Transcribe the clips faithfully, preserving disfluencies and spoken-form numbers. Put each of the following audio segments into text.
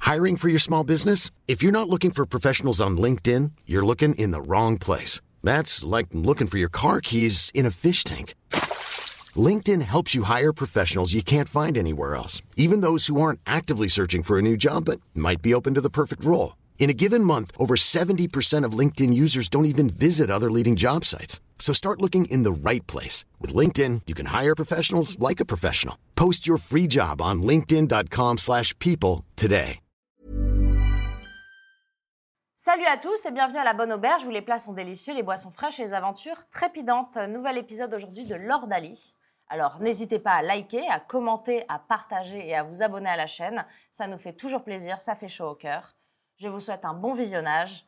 Hiring for your small business? If you're not looking for professionals on LinkedIn, you're looking in the wrong place. That's like looking for your car keys in a fish tank. LinkedIn helps you hire professionals you can't find anywhere else, even those who aren't actively searching for a new job but might be open to the perfect role. In a given month, over seventy percent of LinkedIn users don't even visit other leading job sites. So start looking in the right place. With LinkedIn, you can hire professionals like a professional. Post your free job on linkedin.com slash people today. Salut à tous et bienvenue à la Bonne Auberge où les plats sont délicieux, les boissons fraîches et les aventures trépidantes. Nouvel épisode aujourd'hui de Lord Ali. Alors n'hésitez pas à liker, à commenter, à partager et à vous abonner à la chaîne. Ça nous fait toujours plaisir, ça fait chaud au cœur. Je vous souhaite un bon visionnage.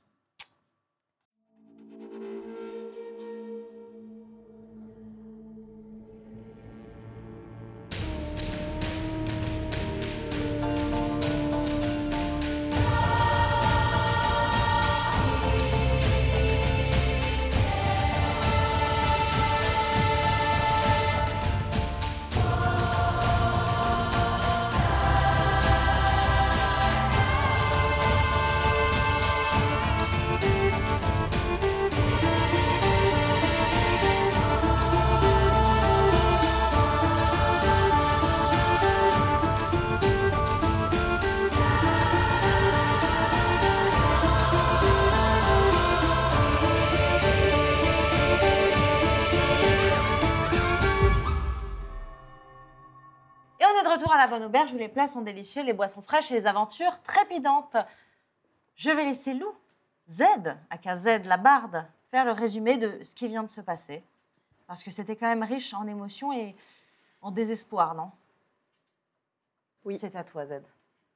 Retour à la Bonne Auberge où les plats sont délicieux, les boissons fraîches et les aventures trépidantes. Je vais laisser Lou, Z, aka Z, la barde, faire le résumé de ce qui vient de se passer. Parce que c'était quand même riche en émotions et en désespoir, non? Oui. C'est à toi, Z.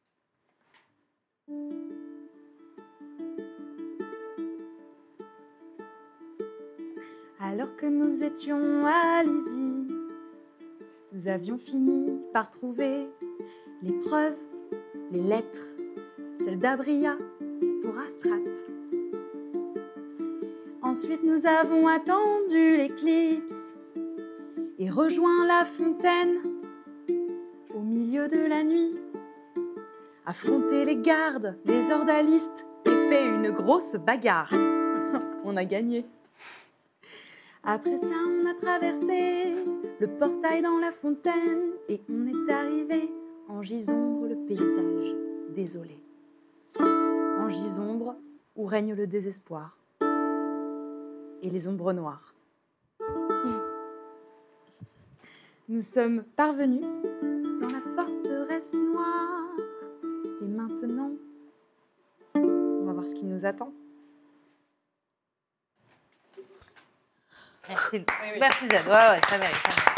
Alors que nous étions à Lizy, nous avions fini par trouver les preuves, les lettres, celles d'Abria pour Astrat. Ensuite, nous avons attendu l'éclipse et rejoint la fontaine au milieu de la nuit, affronté les gardes, les ordalistes et fait une grosse bagarre. On a gagné. Après ça, on a traversé le portail dans la fontaine et on est arrivé en Gisombre, le paysage désolé. En Gisombre, où règne le désespoir et les ombres noires. Nous sommes parvenus dans la forteresse noire et maintenant, on va voir ce qui nous attend. Merci, oui, oui. Merci Z, ouais, ouais, ça mérite, ça mérite.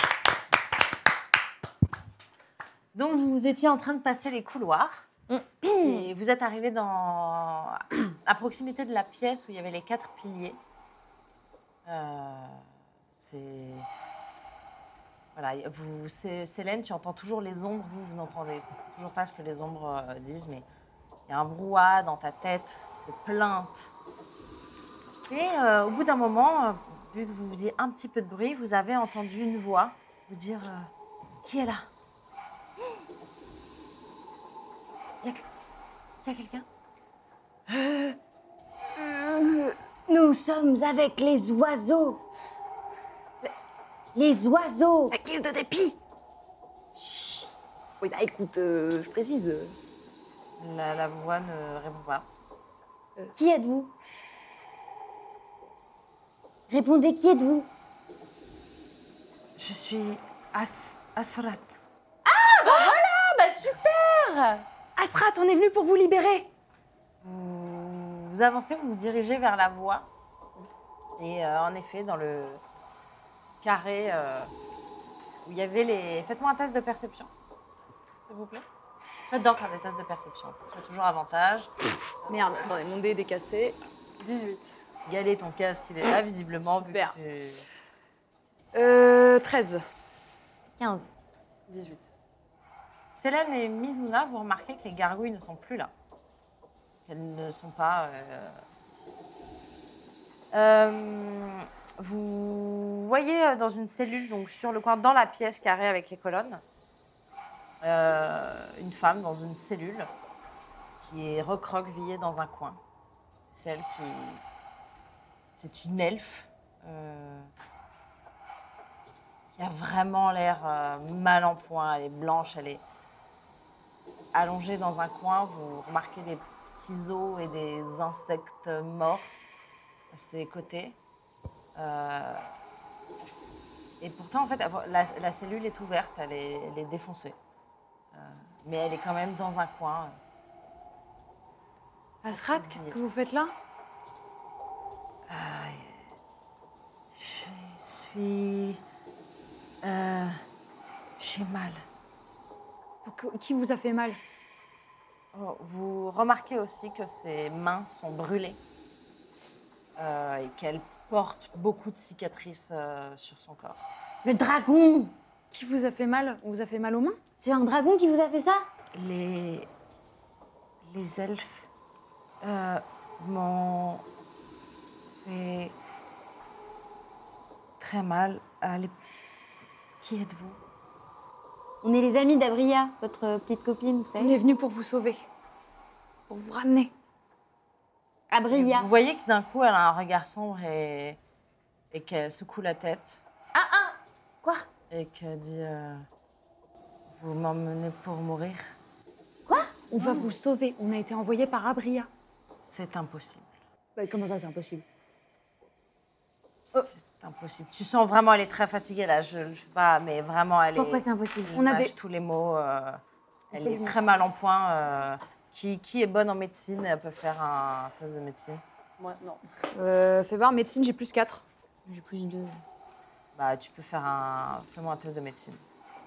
Donc, vous étiez en train de passer les couloirs et vous êtes arrivé dans... à proximité de la pièce où il y avait les quatre piliers. Euh, c'est... Voilà, vous, c'est... Célène, tu entends toujours les ombres, vous, vous n'entendez toujours pas ce que les ombres euh, disent, mais il y a un brouhaha dans ta tête, de plaintes. Et euh, au bout d'un moment... Euh, vu que vous faisiez un petit peu de bruit, vous avez entendu une voix vous dire euh, « Qui est là ?» Il y a, y a quelqu'un euh, euh, Nous sommes avec les oiseaux. Les oiseaux. La guilde des pies. Oui, bah écoute, euh, je précise. La, la voix ne répond pas. Euh, qui êtes-vous ? Répondez, qui êtes-vous ? Je suis As- Asrat. Ah, bah voilà, bah super ! Asrat, on est venu pour vous libérer. Vous, vous avancez, vous vous dirigez vers la voie. Et euh, en effet, dans le carré euh, où il y avait les... Faites-moi un test de perception, s'il vous plaît. J'adore faire des tests de perception. Tu as toujours avantage. Merde, attendez, mon dé est décassé. dix-huit. Y aller, ton casque, il est là, visiblement, vu Super. que tu... Euh, treize. quinze. dix-huit. Célène et Mizuna, vous remarquez que les gargouilles ne sont plus là. Qu'elles ne sont pas euh, ici. Euh, vous voyez dans une cellule, donc sur le coin, dans la pièce carrée avec les colonnes, euh, une femme dans une cellule qui est recroquevillée dans un coin. C'est elle qui... C'est une elfe euh, qui a vraiment l'air euh, mal en point. Elle est blanche, elle est allongée dans un coin. Vous remarquez des petits os et des insectes morts à ses côtés. Euh, et pourtant, en fait, la, la cellule est ouverte, elle est, elle est défoncée. Euh, mais elle est quand même dans un coin. Asrat, qu'est-ce que vous faites là? Euh, je suis... Euh, j'ai mal. Qui vous a fait mal? Oh, vous remarquez aussi que ses mains sont brûlées euh, et qu'elle porte beaucoup de cicatrices euh, sur son corps. Le dragon! Qui vous a fait mal? On vous a fait mal aux mains? C'est un dragon qui vous a fait ça? Les... Les elfes euh, m'ont fait très mal. Allez, qui êtes-vous? On est les amis d'Abria, votre petite copine, vous On savez. est venu pour vous sauver. Pour vous ramener. Abria. Vous voyez que d'un coup, elle a un regard sombre et, et qu'elle secoue la tête. Ah ah! Quoi? Et qu'elle dit euh, vous m'emmenez pour mourir? On va vous sauver. On a été envoyé par Abria. C'est impossible. Bah, comment ça, c'est impossible? C'est impossible. Tu sens vraiment, elle est très fatiguée là. Je ne sais pas, mais vraiment, elle Pourquoi est. c'est impossible? On a mâche des- tous les mots. euh, elle peut est lui- très mal en point. euh, qui, qui est bonne en médecine? Elle peut faire un test de médecine. Moi, non. Euh, fais voir, médecine, j'ai plus quatre. J'ai plus de... Bah, tu peux faire un. Fais-moi un test de médecine.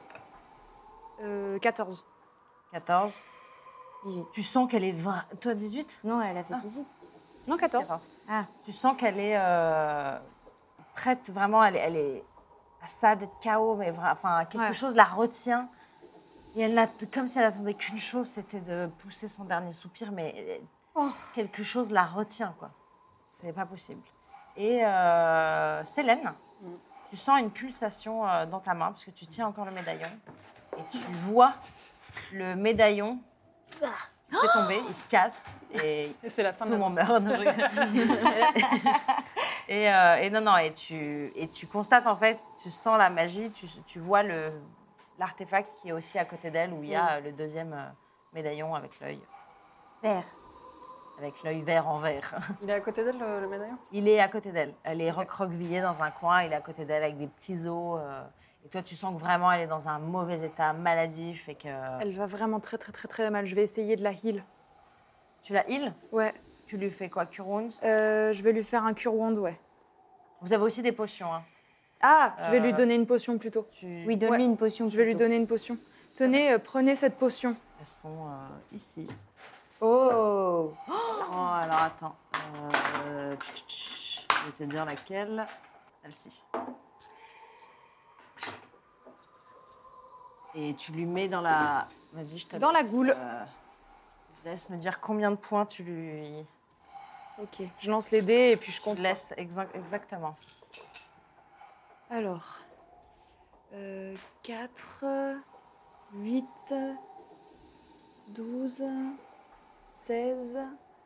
Euh, quatorze. quatorze. dix-huit. Tu sens qu'elle est. vra- Toi, dix-huit? Non, elle a fait Ah. dix-huit. Non, quatorze. quatorze. Ah. Tu sens qu'elle est euh, prête, vraiment, elle est, elle est à ça d'être K O, mais vra- enfin, quelque Ouais. chose la retient. Et elle n'a, comme si elle attendait qu'une chose, c'était de pousser son dernier soupir, mais Oh. quelque chose la retient, quoi. C'est pas possible. Et euh, Célène, tu sens une pulsation euh, dans ta main, parce que tu tiens encore le médaillon, et tu vois le médaillon fait tomber, il se casse, et Et c'est la fin tout de le la monde meurt. Non, je rigole. et, euh, et non, non, et tu, et tu constates en fait, tu sens la magie, tu, tu vois le, l'artefact qui est aussi à côté d'elle, où il y a euh, le deuxième euh, médaillon avec l'œil, Vert. avec l'œil vert en vert. Il est à côté d'elle, le, le médaillon? Il est à côté d'elle. Elle est recroquevillée dans un coin, il est à côté d'elle avec des petits os. euh, et toi, tu sens que vraiment, elle est dans un mauvais état, maladif, et que Elle va vraiment très, très, très, très mal. Je vais essayer de la heal. tu la heal. Ouais. Tu lui fais quoi, cure wounds? Euh, je vais lui faire un cure wound, ouais. Vous avez aussi des potions, hein. Ah, je vais Euh, lui donner une potion plutôt. Tu- Oui, donne-lui Ouais. une potion. Je vais lui plutôt. donner une potion. Tenez, euh, prenez cette potion. Elles sont euh, ici. Oh! Oh, alors attends. Euh, tch, tch, tch. Je vais te dire laquelle. Celle-ci. Et tu lui mets dans la. Vas-y, je te Dans la laisse, goule. euh, je te laisse me dire combien de points tu lui. Ok, je lance les dés et puis je Je compte. te laisse exa- exactement. Alors, euh, quatre, huit, douze, seize,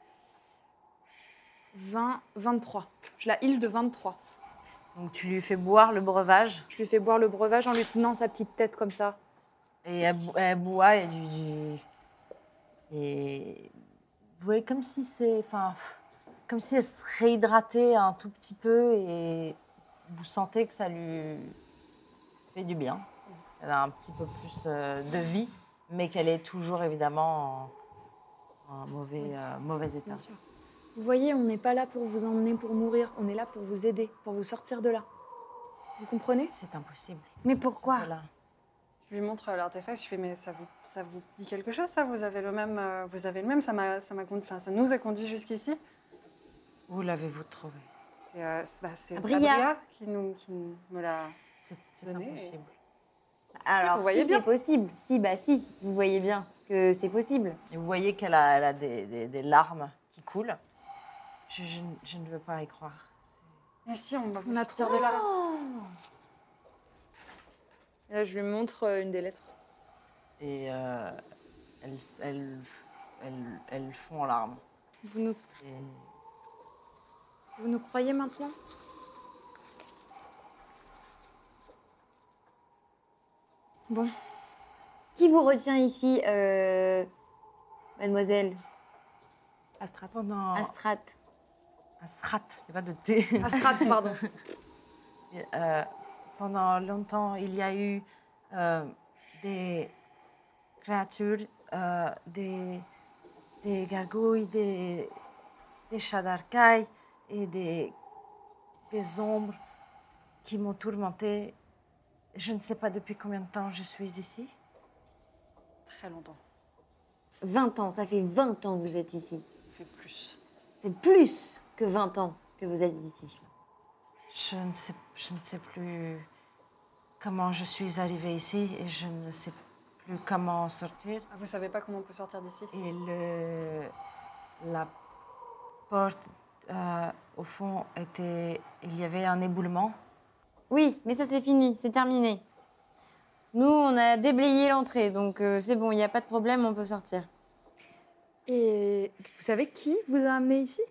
vingt, vingt-trois. Je la heal de vingt-trois. Donc tu lui fais boire le breuvage Je lui fais boire le breuvage en lui tenant sa petite tête comme ça. et elle, bo- elle boit et du, du- et vous voyez comme si c'est, enfin, comme si elle se réhydratait un tout petit peu et vous sentez que ça lui fait du bien. Elle a un petit peu plus euh, de vie, mais qu'elle est toujours évidemment en, en mauvais, euh, mauvais état. Bien sûr. Vous voyez, on n'est pas là pour vous emmener pour mourir. On est là pour vous aider, pour vous sortir de là. Vous comprenez? C'est impossible. Mais pourquoi? Voilà. Je lui montre euh, l'artefact, je fais mais ça vous, ça vous dit quelque chose ça? Vous avez le même, euh, vous avez le même, ça m'a, ça m'a, conduit- enfin ça nous a conduit jusqu'ici. Où l'avez-vous trouvé? C'est, euh, c'est, bah, c'est Abria. Abria qui nous, qui me l'a. C'est c'est Venez. impossible. Alors, vous voyez si bien. c'est possible. Si, bah si, vous voyez bien que c'est possible. Et vous voyez qu'elle a, elle a des, des- des larmes qui coulent. Je, je ne- je ne veux pas y croire. C'est- Mais si, on va vous On a sortir trop- de là. Et là, je lui montre euh, une des lettres. Et euh, elle, elle, elles, elles font en larmes. Vous nous, Et vous nous croyez maintenant? Bon. Qui vous retient ici, euh, mademoiselle Astrat, pendant... Astrat? Astrat, il n'y a pas de T. Astrat, pardon. Euh, pendant longtemps, il y a eu euh, des créatures, euh, des, des gargouilles, des, des chats d'arcaille et des, des ombres qui m'ont tourmentée. Je ne sais pas depuis combien de temps je suis ici. Très longtemps. vingt ans, ça fait vingt ans que vous êtes ici. Ça fait plus. Ça fait plus que vingt ans que vous êtes ici. Je ne sais, je ne sais plus comment je suis arrivée ici et je ne sais plus comment sortir. Ah, vous savez pas comment on peut sortir d'ici? Et le, la porte, euh, au fond, était, il y avait un éboulement. Oui, mais ça c'est fini, c'est terminé. Nous, on a déblayé l'entrée, donc euh, c'est bon, il n'y a pas de problème, on peut sortir. Et vous savez qui vous a amené ici?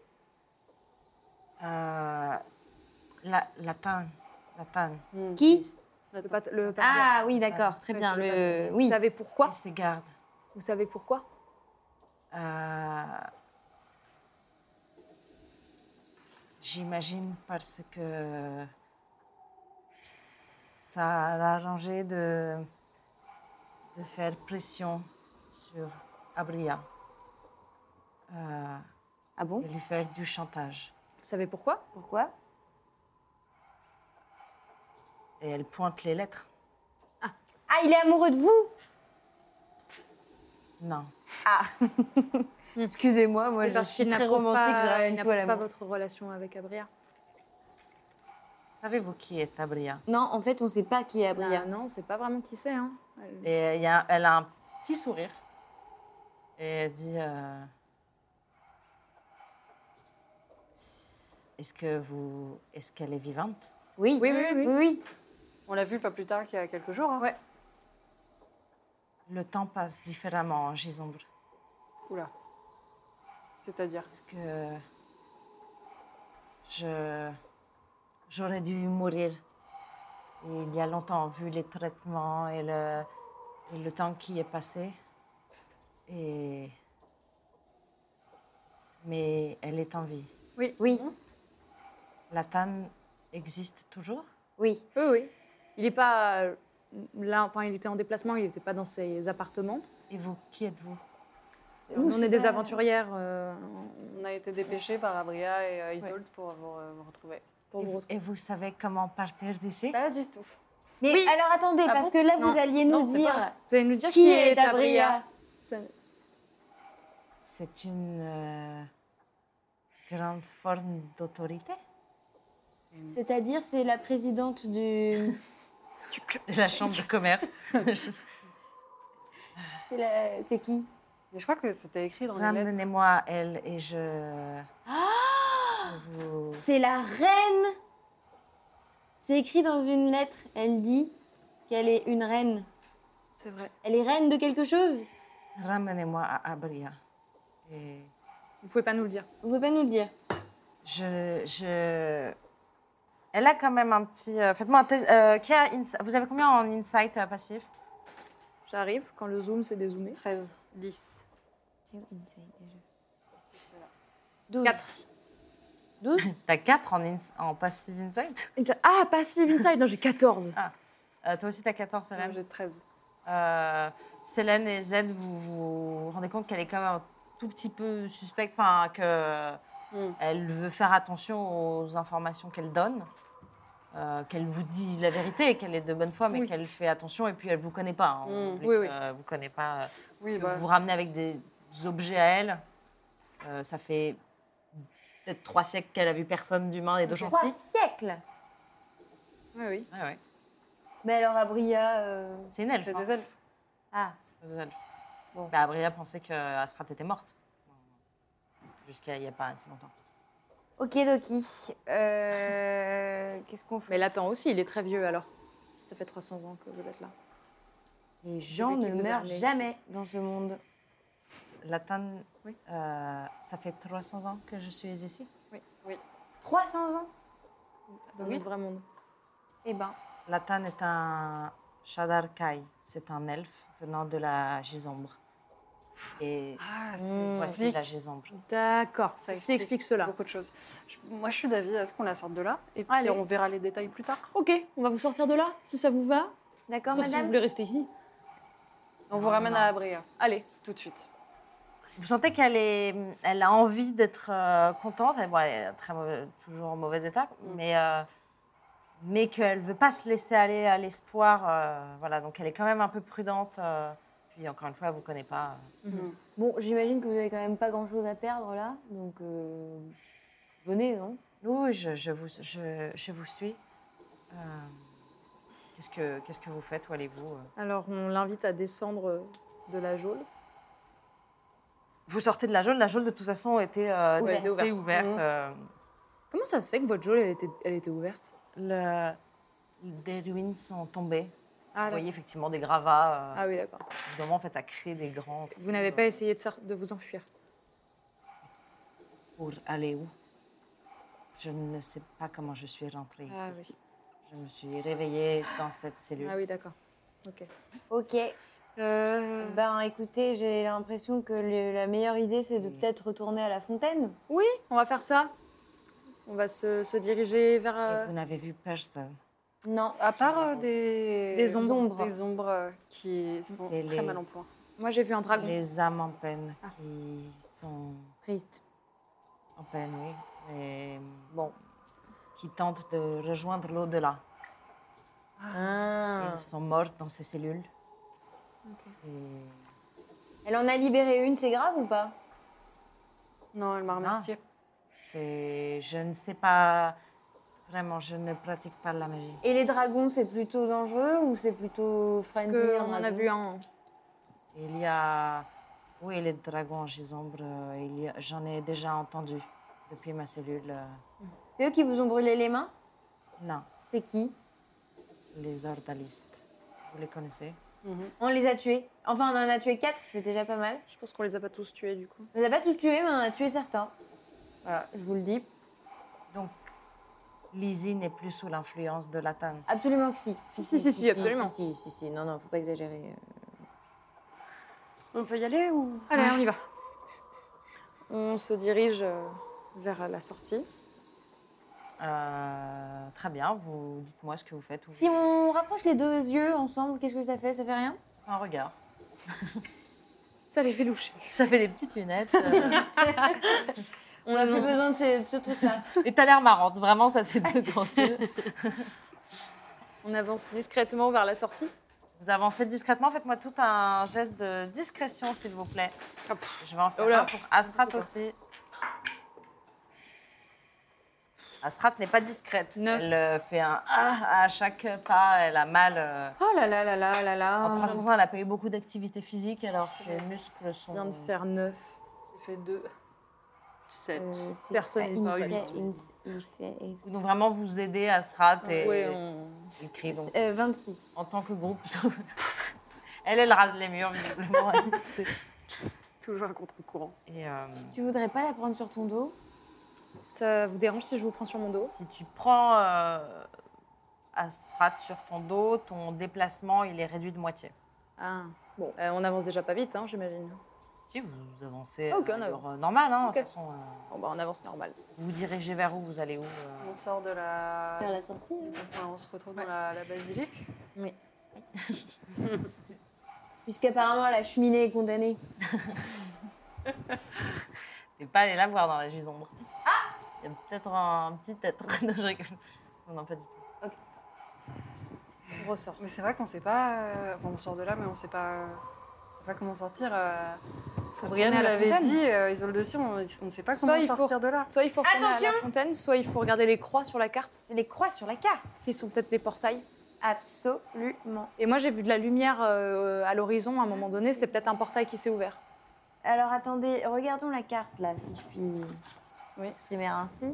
Euh, la, la tanne, la tanne. Hmm. Qui? Le, pat- le patriarche. Ah oui, d'accord, très Ouais, bien. c'est le Le... patriarche. Oui. Vous savez pourquoi? Et ses gardes. Vous savez pourquoi? Euh, J'imagine parce que ça l'a arrangé de, de faire pression sur Abria euh, Ah bon? et lui faire du chantage. Vous savez pourquoi? Pourquoi? Et elle pointe les lettres. Ah, il est amoureux de vous? Non. Excusez-moi, moi C'est je parce suis qu'il très n'approuve romantique, pas- j'aurais il une n'approuve poêle à pas moi. votre relation avec Abria. Savez-vous qui est Abria? Non, en fait, on ne sait pas qui est Abria. Ah, non, on sait pas vraiment qui c'est. Hein. Elle- Et il y a- elle a un petit sourire. Et elle dit euh, Est-ce que vous. Est-ce qu'elle est vivante? Oui. Oui, oui, oui. oui, oui. On l'a vu pas plus tard qu'il y a quelques jours. Hein. Ouais. Le temps passe différemment en Gisombre. Oula. C'est-à-dire? Parce que. Je. J'aurais dû mourir. Et il y a longtemps, vu les traitements et le, et le temps qui est passé. Et. Mais elle est en vie. Oui. Oui, La Tanne existe toujours? oui. Oui, oui. Il est pas euh, là, enfin, il était en déplacement, il n'était pas dans ses appartements. Et vous, qui êtes-vous? Nous, on c'est est des pas- aventurières euh, On a été dépêchés par Abria et euh, Isolde pour vous, euh, vous retrouver. pour Et vous vous, retrouver. et vous savez comment partir d'ici? Pas du tout. Mais Oui. alors attendez, Ah parce bon que là, Non. vous alliez nous Non, c'est dire pas- Vous allez nous dire qui est Abria. C'est- C'est une euh, grande forme d'autorité. C'est-à-dire, c'est la présidente du... De la chambre de commerce. C'est la... c'est qui? Mais je crois que c'était écrit dans les lettres. Ramenez-moi à elle et je. je vous. C'est la reine. C'est écrit dans une lettre. Elle dit qu'elle est une reine. C'est vrai. Elle est reine de quelque chose? Ramenez-moi à Abria. Et Vous pouvez pas nous le dire. Vous pouvez pas nous le dire? je. je... Elle a quand même un petit. euh, Faites-moi un test. euh, qui a ins- Vous avez combien en insight euh, passif? J'arrive, quand le zoom s'est dézoomé. treize. dix. C'est où Inside déjà? douze. quatre. douze? T'as quatre en, ins- en passive insight? Ah, passive inside. Non, j'ai quatorze. Euh, toi aussi, t'as quatorze, Célène? J'ai treize. Euh, Célène et Z, vous vous rendez compte qu'elle est quand même un tout petit peu suspecte, enfin, que Mm. elle veut faire attention aux informations qu'elle donne, euh, qu'elle vous dit la vérité, qu'elle est de bonne foi, mais Oui. qu'elle fait attention, et puis elle vous connaît pas. Hein. Mm. On oublie Oui, que, oui. euh, vous connaît pas. euh, Oui, que bah. vous vous ramenez avec des objets à elle. Euh, ça fait peut-être trois siècles qu'elle a vu personne d'humain et de Trois gentil. siècles. Oui, oui. Ouais, ouais. Mais alors, Abria... euh, C'est une elfe. C'est hein. des elfes. Ah, Des elfes. Bon. Bah, Abria pensait que Astrat était morte. Jusqu'à il n'y a pas si longtemps. ok, Doki. Euh... Qu'est-ce qu'on fait? Mais Latan aussi, il est très vieux alors. Ça fait trois cents ans que vous êtes là. Les gens Celui ne qui vous a meurent amené. jamais dans ce monde. Latane, Oui. euh, ça fait trois cents ans que je suis ici. Oui, oui. trois cents ans. Dans Oui. notre vrai monde. Eh ben, Latane est un Shadar Kai. C'est un elfe venant de la Gisombre. Et Ah, c'est Mmh. voici explique la Gisombre. D'accord, ça explique cela. beaucoup de choses. Je- moi, je suis d'avis à ce qu'on la sorte de là, et puis Allez. on verra les détails plus tard. Ok, on va vous sortir de là, si ça vous va. d'accord, Sauf si vous madame. voulez rester ici. On vous Non, ramène non. à Abria, Allez. tout de suite. Vous sentez qu'elle est, elle a envie d'être euh, contente. Elle, bon, elle est très mauvais- toujours en mauvais état, mais, euh, mais qu'elle ne veut pas se laisser aller à l'espoir. euh, voilà, donc elle est quand même un peu prudente. euh, puis encore une fois, elle ne vous connaît pas. Mhm. Bon, j'imagine que vous avez quand même pas grand-chose à perdre là, donc euh, venez, non? Oui, je, je, vous, je, je vous suis. Euh, qu'est-ce, que, qu'est-ce que vous faites? Où allez-vous? euh Alors, on l'invite à descendre de la geôle. Vous sortez de la geôle. La geôle, de toute façon, était euh, Ouverte. assez ouverte. Mhm. euh, Comment ça se fait que votre geôle, elle était, elle était ouverte? le- des ruines sont tombées. Ah, Vous voyez effectivement des gravats. euh, Ah oui, d'accord. Évidemment, en fait, ça crée des grands... trous, Vous n'avez euh, pas essayé de, sor- de vous enfuir? Pour aller où? Je ne sais pas comment je suis rentrée ici. Ah oui. Je me suis réveillée dans cette cellule. Ah oui, d'accord. Ok. Ok. Euh, Ben écoutez, j'ai l'impression que le- la meilleure idée, c'est de Oui. peut-être retourner à la fontaine. Oui, on va faire ça. On va se, se diriger vers... Et euh, vous n'avez vu personne. Non. À part euh, des... Des ombres. Des ombres euh, qui sont C'est très les- mal en point. Moi, j'ai vu un C'est dragon. les âmes en peine Ah. qui sont Triste. en peine, oui. Et bon, qui tentent de rejoindre l'au-delà. Ah. Ils sont morts dans ces cellules. Et Elle en a libéré une, c'est grave ou pas? Non, elle m'a remercié. c'est... Je ne sais pas... Vraiment, je ne pratique pas la magie. Et les dragons, c'est plutôt dangereux ou c'est plutôt Parce friendly? que un on en a hein. dragon vu un. Il y a... Oui, les dragons en gisombre, euh, il y a- j'en ai déjà entendu depuis ma cellule. euh, C'est eux qui vous ont brûlé les mains? Non, C'est qui? les ordalistes. Vous les connaissez? Mhm. On les a tués. Enfin, on en a tué quatre, ça fait déjà pas mal. Je pense qu'on les a pas tous tués, du coup. On les a pas tous tués, mais on en a tué certains. Voilà, je vous le dis. Donc, Lizzie n'est plus sous l'influence de Latane. Absolument que si. Si, si, si, si, absolument. Si, si, si, si. Non, non, faut pas exagérer. On peut y aller ou... Allez, on y va. On se dirige euh, vers la sortie. Euh, très bien, vous dites-moi ce que vous faites. Ou Si on rapproche les deux yeux ensemble, qu'est-ce que ça fait? Ça fait rien? un regard. Ça les fait loucher. Ça fait des petites lunettes. euh, On n'a plus besoin de ce, de ce truc-là. Et t'as l'air marrante, vraiment, ça te fait deux grands yeux. On avance discrètement vers la sortie. Vous avancez discrètement, faites-moi tout un geste de discrétion, s'il vous plaît. Je vais en faire Oh là. un pour Astrat aussi. Astrat n'est pas discrète. Neuf. Elle euh, fait un ah à chaque pas, elle a mal. euh, Oh là là là là là là. En trois cents ans, elle a pas eu beaucoup d'activité physique, alors ses muscles sont. On vient de faire neuf. Il fait deux. sept. Euh, c'est Personne pas- n'est il pas fait, huit. il, il fait, il fait- Donc vraiment vous aider Astrat et Oui, on... il crie donc. Euh, vingt-six. En tant que groupe. elle, elle rase les murs visiblement. C'est- Toujours à contre-courant. et euh, Tu voudrais pas la prendre sur ton dos? Ça vous dérange si je vous prends sur mon dos? si tu prends euh, Astrat sur ton dos, ton déplacement il est réduit de moitié. Ah, bon. Euh, on avance déjà pas vite, hein, j'imagine. Si vous avancez Ok, à on l'heure normal, hein, Ok. de toute façon. euh, Bon, bah, on avance normal. vous vous dirigez vers où? Vous allez où euh On sort de la... Vers la sortie. hein. Enfin, on se retrouve dans la, la basilique. Puisqu'apparemment la cheminée est condamnée. T'es pas allé la voir dans la gisombre. Ah il y a peut-être un petit être. Non, je rigole. Non, non, pas du tout. On ressort. Mais c'est vrai qu'on sait pas... euh, Enfin, on sort de là, mais on sait pas... On sait pas comment sortir. Euh... Brienne retourner à nous la l'avait fontaine. dit, euh, Isolde aussi, on on ne sait pas Soit comment il faut- sortir de là. Soit il faut retourner à la Attention fontaine, soit il faut regarder les croix sur la carte, C'est les croix sur la carte. qui sont peut-être des portails. Absolument. Et moi, j'ai vu de la lumière euh, à l'horizon à un moment donné. C'est peut-être un portail qui s'est ouvert. Alors attendez, regardons la carte là, si je puis Oui. exprimer ainsi.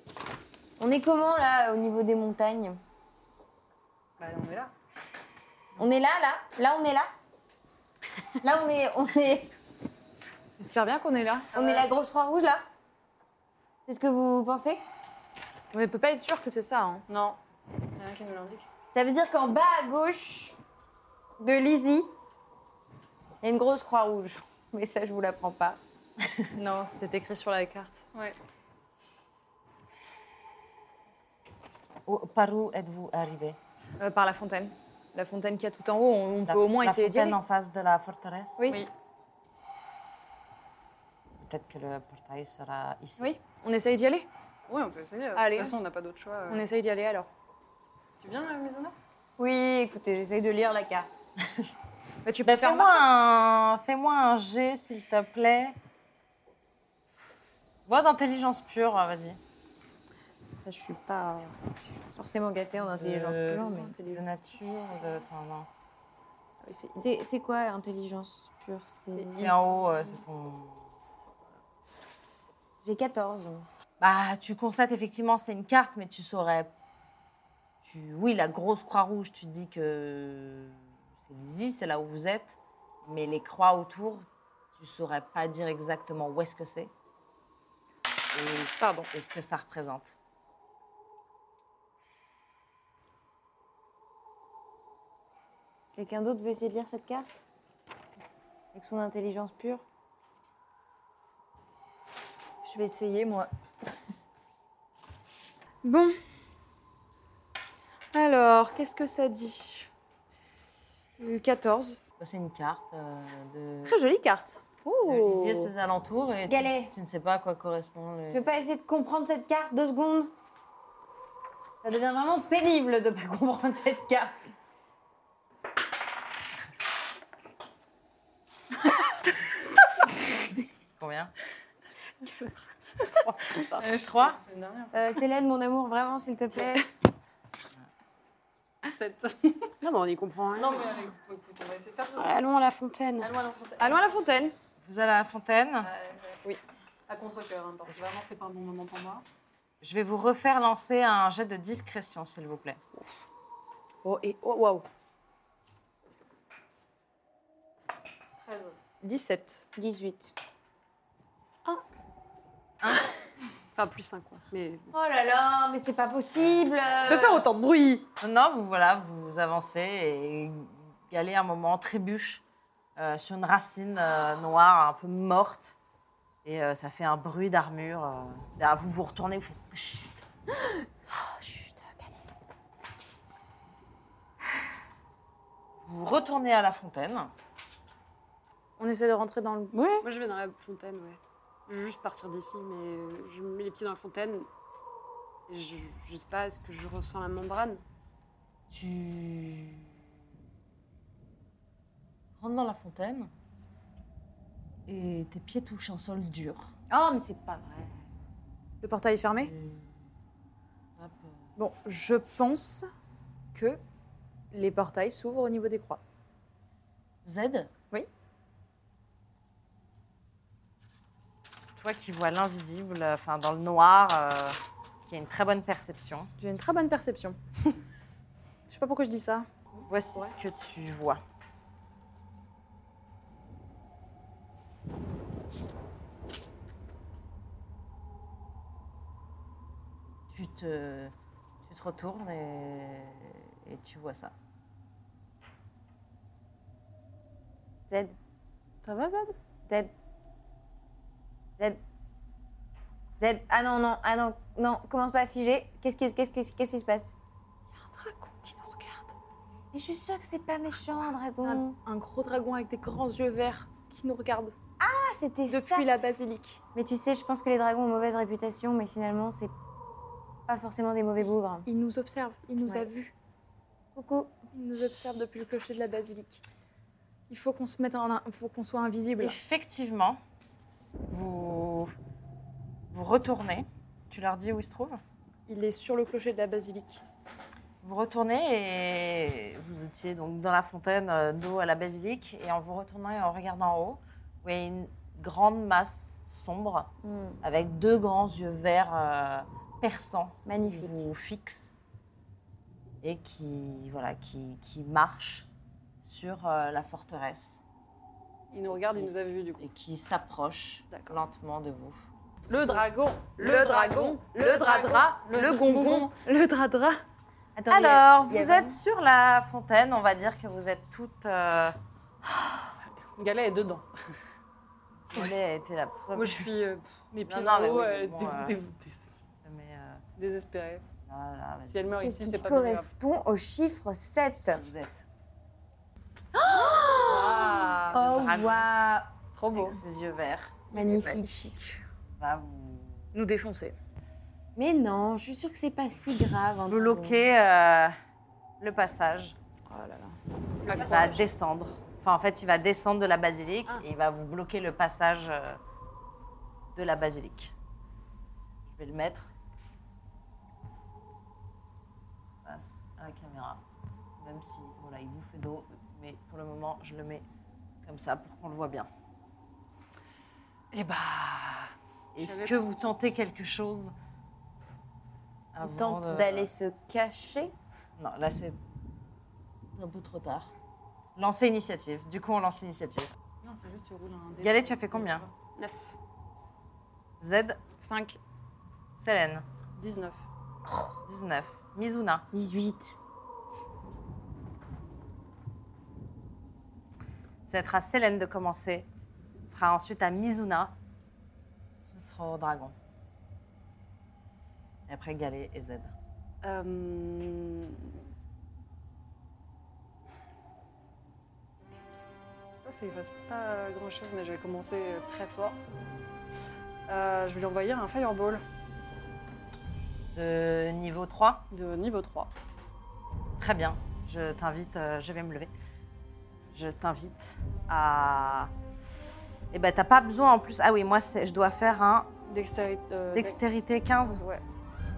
On est comment là au niveau des montagnes? Bah, on est là. On est là, là Là, on est là Là, on est... On est, J'espère bien qu'on est là. on est la grosse Croix-Rouge, là? C'est ce que vous pensez? On ne peut pas être sûr que c'est ça. Hein. Non, il y a rien qui nous l'indique. Ça veut dire qu'en bas à gauche de Lizzie, il y a une grosse Croix-Rouge. Mais ça, je vous l'apprends pas. Non, c'est écrit sur la carte. Ouais. Où- Par où êtes-vous arrivé? Euh, par la fontaine. La fontaine qu'il y a tout en haut, on, on La- peut au moins la essayer d'y fontaine aller. en face de la forteresse? Oui. Oui. Peut-être que le portail sera ici. Oui, on essaye d'y aller. Oui, on peut essayer. Allez. De toute façon, on n'a pas d'autre choix. euh. On essaye d'y aller alors. Tu viens, euh, Mizuna? Oui, écoutez, j'essaye de lire la carte. Bah, tu peux Ben, faire fais-moi un... Fais-moi un G, s'il te plaît. Voix d'intelligence pure, vas-y. Je suis pas forcément gâtée en intelligence De- pure, mais... De nature, de... Attends, non. Oui, c'est- C'est c'est quoi intelligence pure? C'est... C'est en haut, euh, c'est ton... J'ai quatorze. Bah, tu constates effectivement, c'est une carte, mais tu saurais... Tu... Oui, la grosse croix rouge, tu te dis que c'est Lizzie, c'est là où vous êtes. Mais les croix autour, tu saurais pas dire exactement où est-ce que c'est. Et, Pardon. et ce que ça représente. Quelqu'un d'autre veut essayer de lire cette carte? Avec son intelligence pure? Je vais essayer, moi. Bon. Alors, qu'est-ce que ça dit? Euh, quatorze. C'est une carte euh, de... Très jolie carte. de Lizzie et ses alentours. Et tu, Galet. tu ne sais pas à quoi correspond les... Tu veux pas essayer de comprendre cette carte deux secondes? Ça devient vraiment pénible de pas comprendre cette carte. Combien? Euh, Trois. C'est une dernière. Euh, Célène, mon amour, vraiment, s'il te plaît. Sept. Non, mais on y comprend rien. Non, mais allez, écoute, on va essayer de faire ça. Allons à la fontaine. Allons à la fontaine. Allons à la fontaine. Vous allez à la fontaine. Euh, oui. À contre-cœur, hein, parce que vraiment, c'était pas un bon moment pour moi. Je vais vous refaire lancer un jet de discrétion, s'il vous plaît. Oh, et oh, waouh. treize. dix-sept. dix-huit. Enfin, plus cinq, quoi. Mais Oh là là, mais c'est pas possible. De faire autant de bruit. Non, vous voilà, vous avancez et Galet, à un moment, trébuche euh, sur une racine euh, noire un peu morte. Et euh, ça fait un bruit d'armure. euh. Là, vous vous retournez, vous faites... Chut. Oh, chut, Galet. Vous retournez à la fontaine. On essaie de rentrer dans le... moi, je vais dans la fontaine, ouais. Je veux juste partir d'ici, mais euh, je mets les pieds dans la fontaine. Et je, je sais pas, est-ce que je ressens la membrane? Tu rentres dans la fontaine et tes pieds touchent un sol dur. Oh, mais c'est pas vrai. Le portail est fermé. Et... Hop. Bon, je pense que les portails s'ouvrent au niveau des croix. Z? Oui. Toi qui vois l'invisible, enfin dans le noir, euh, qui a une très bonne perception. J'ai une très bonne perception. Je sais pas pourquoi je dis ça. Voici ce que tu vois. Tu te, tu te retournes et, et tu vois ça. Z, Ça va, Zad? Z, Z, Z. Ah non, non, ah non, non, commence pas à figer. Qu'est-ce qui, qu'est-ce qui, qu'est-ce qui se passe? Il y a un dragon qui nous regarde. Mais je suis sûre que c'est pas méchant, un dragon. Un, un gros dragon avec des grands yeux verts qui nous regarde Ah, c'était ça. depuis la basilique. Mais tu sais, je pense que les dragons ont mauvaise réputation, mais finalement, c'est pas forcément des mauvais bougres. Il nous observe, il nous a Ouais. vus. Coucou. Il nous observe depuis le clocher de la basilique. Il faut qu'on se mette en, il faut qu'on soit invisible. Effectivement, vous, vous retournez. Tu leur dis où il se trouve? Il est sur le clocher de la basilique. Vous retournez et vous étiez donc dans la fontaine euh, d'eau à la basilique. Et en vous retournant et en regardant en haut, vous voyez une grande masse sombre Hmm, avec deux grands yeux verts euh, perçants qui magnifique. vous fixent et qui, voilà, qui, qui marche sur euh, la forteresse. Il nous regarde, il nous a vus du coup. Et qui s'approche D'accord. lentement de vous. Le dragon, Le dragon, le dra-dra, le gongon, le dra-dra. Attends, il y a- Alors, il y a vous vraiment- êtes sur la fontaine, on va dire que vous êtes toutes... Euh... Galet est dedans. Elle a été la première. Moi, je suis euh, les pieds non, en mais haut, oui, euh, bon, dé- euh, dé- dé- Mais euh, désespérée. voilà, vas-y, Si elle meurt Qu'est-ce ici, qui c'est pas bien grave. correspond au chiffre sept? vous êtes. Ah, Oh, dragon. waouh! trop beau. Avec ses yeux verts. Magnifique. Va vous Nous défoncer. Mais non, je suis sûre que c'est pas si grave. hein, bloquer euh, le passage. Oh là là. Il va descendre. Enfin, en fait, il va descendre de la basilique Ah. et il va vous bloquer le passage euh, de la basilique. Je vais le mettre face à la caméra. Même si, voilà, il vous fait dos. Mais pour le moment, je le mets comme ça pour qu'on le voit bien. Et bah... Est-ce J'avais que vous tentez quelque chose On avant tente de- d'aller se cacher. Non, là, c'est un peu trop tard. Lancer initiative. Du coup, on lance l'initiative. Non, c'est juste tu roules un dé. Galet, tu as fait combien? neuf. Z, cinq. Célène, dix-neuf. dix-neuf. Mizuna, dix-huit. ça va être à Célène de commencer. Ce sera ensuite à Mizuna. Ce sera au dragon. Et après Galet et Z. Euh... Je pense qu'il ne fasse pas grand chose, mais je vais commencer euh, très fort. Euh, je vais lui envoyer un fireball De niveau trois. de niveau trois. Très bien. Je t'invite, euh, je vais me lever. Je t'invite à... Eh ben, t'as pas besoin en plus... Ah oui, moi, c'est- je dois faire un Dextérité. euh, dextérité quinze. dex- Ouais.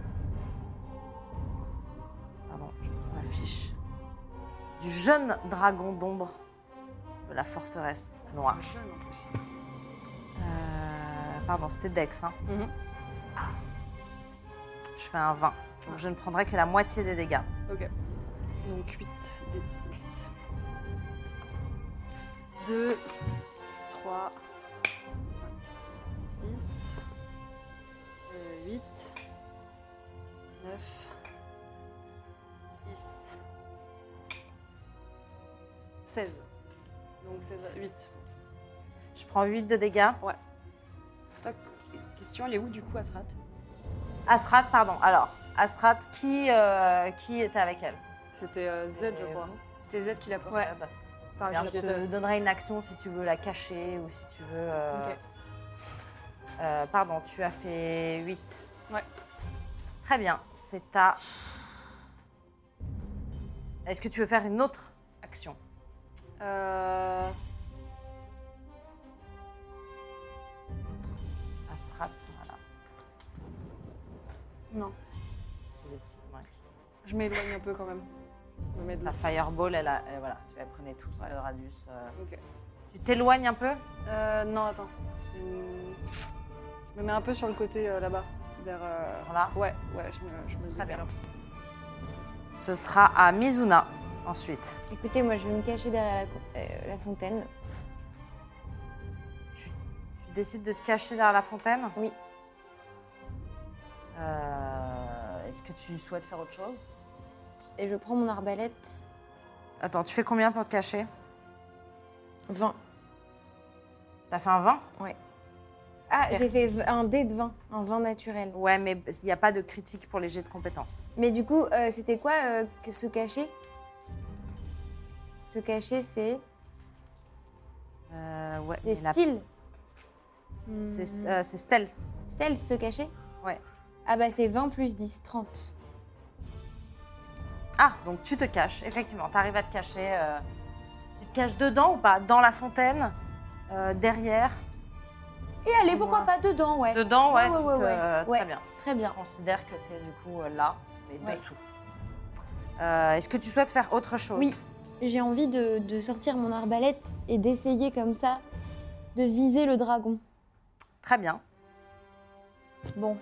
Pardon, je prends la fiche. Du jeune dragon d'ombre de la forteresse noire. Jeune, en plus. Euh, pardon, c'était Dex. Hein. Mhm. Je fais un vingt. Donc je ne prendrai que la moitié des dégâts. Ok. Donc huit, dés de six. deux, trois, cinq, six, euh, huit, neuf, dix, seize. Donc seize, huit. Je prends huit de dégâts. Toi, question, elle est où du coup, Asrat? Astrat, pardon. Alors, Astrat, qui, euh, qui était avec elle? C'était euh, Z, C'est je crois. C'était Z qui l'a porté. Ouais. Bien, je je te l'étais. donnerai une action si tu veux la cacher ou si tu veux... euh, Ok. euh, pardon, tu as fait huit. Ouais. Très bien, c'est à... Est-ce que tu veux faire une autre action? Euh, Astrat sera là. non, Des petites mains qui- je m'éloigne un peu quand même. Je me mets de La là. fireball, elle a... elle- voilà, tu la prenais tous, le radius. euh. Ok. Tu t'éloignes un peu? Euh, non, attends. Hum, Je me mets un peu sur le côté euh, là-bas. Vers. euh, Par là? Ouais, ouais, je me, je me Très libère. bien. Ce sera à Mizuna, ensuite. Écoutez, moi je vais me cacher derrière la, co- euh, la fontaine. Tu, tu décides de te cacher derrière la fontaine? Oui. Euh, Est-ce que tu souhaites faire autre chose? Et je prends mon arbalète. Attends, tu fais combien pour te cacher? vingt. T'as fait un vingt? Ah, j'ai Merci. fait v- un dé de vingt, un vingt naturel. Ouais, mais il n'y a pas de critique pour les jets de compétences. Mais du coup, euh, c'était quoi euh, que se cacher? Se cacher, c'est Euh, ouais, c'est mais la- style. C'est euh, c'est stealth. Stealth, se cacher? Ouais. Ah bah c'est vingt plus dix, trente. Ah, donc tu te caches, effectivement. Tu arrives à te cacher. euh, Tu te caches dedans ou pas? Dans la fontaine, euh, derrière. Et allez, pourquoi Ouais. pas dedans, ouais. Dedans, ouais, Ouais, tu ouais, te- ouais, euh, ouais. très bien. Très bien. Je considère que tu es du coup euh, là, mais Ouais. dessous. Euh, Est-ce que tu souhaites faire autre chose? Oui, j'ai envie de, de sortir mon arbalète et d'essayer comme ça de viser le dragon. Très bien. Bon.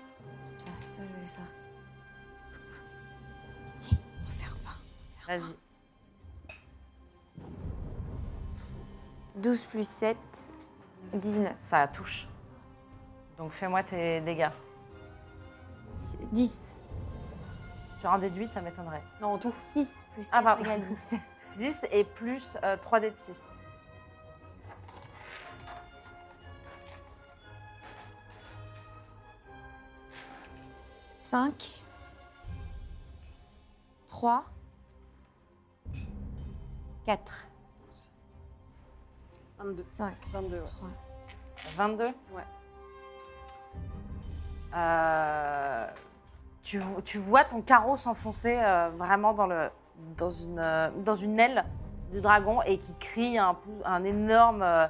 Ça, ça, je vais sortir. Pitié, on peut faire vingt. Vas-y. douze plus sept, dix-neuf. Ça touche. Donc fais-moi tes dégâts. dix. Sur un dé de huit, ça m'étonnerait. Non, en tout. six plus Ah, quatre pardon. égale dix. dix et plus euh, trois dés de six. cinq. trois. quatre. vingt-deux. cinq. vingt-deux, ouais. trois. vingt-deux. Ouais. Euh, tu, vo- tu vois ton carreau s'enfoncer euh, vraiment dans, le, dans, une, euh, dans une aile du dragon et qui crie un, pou- un énorme... euh,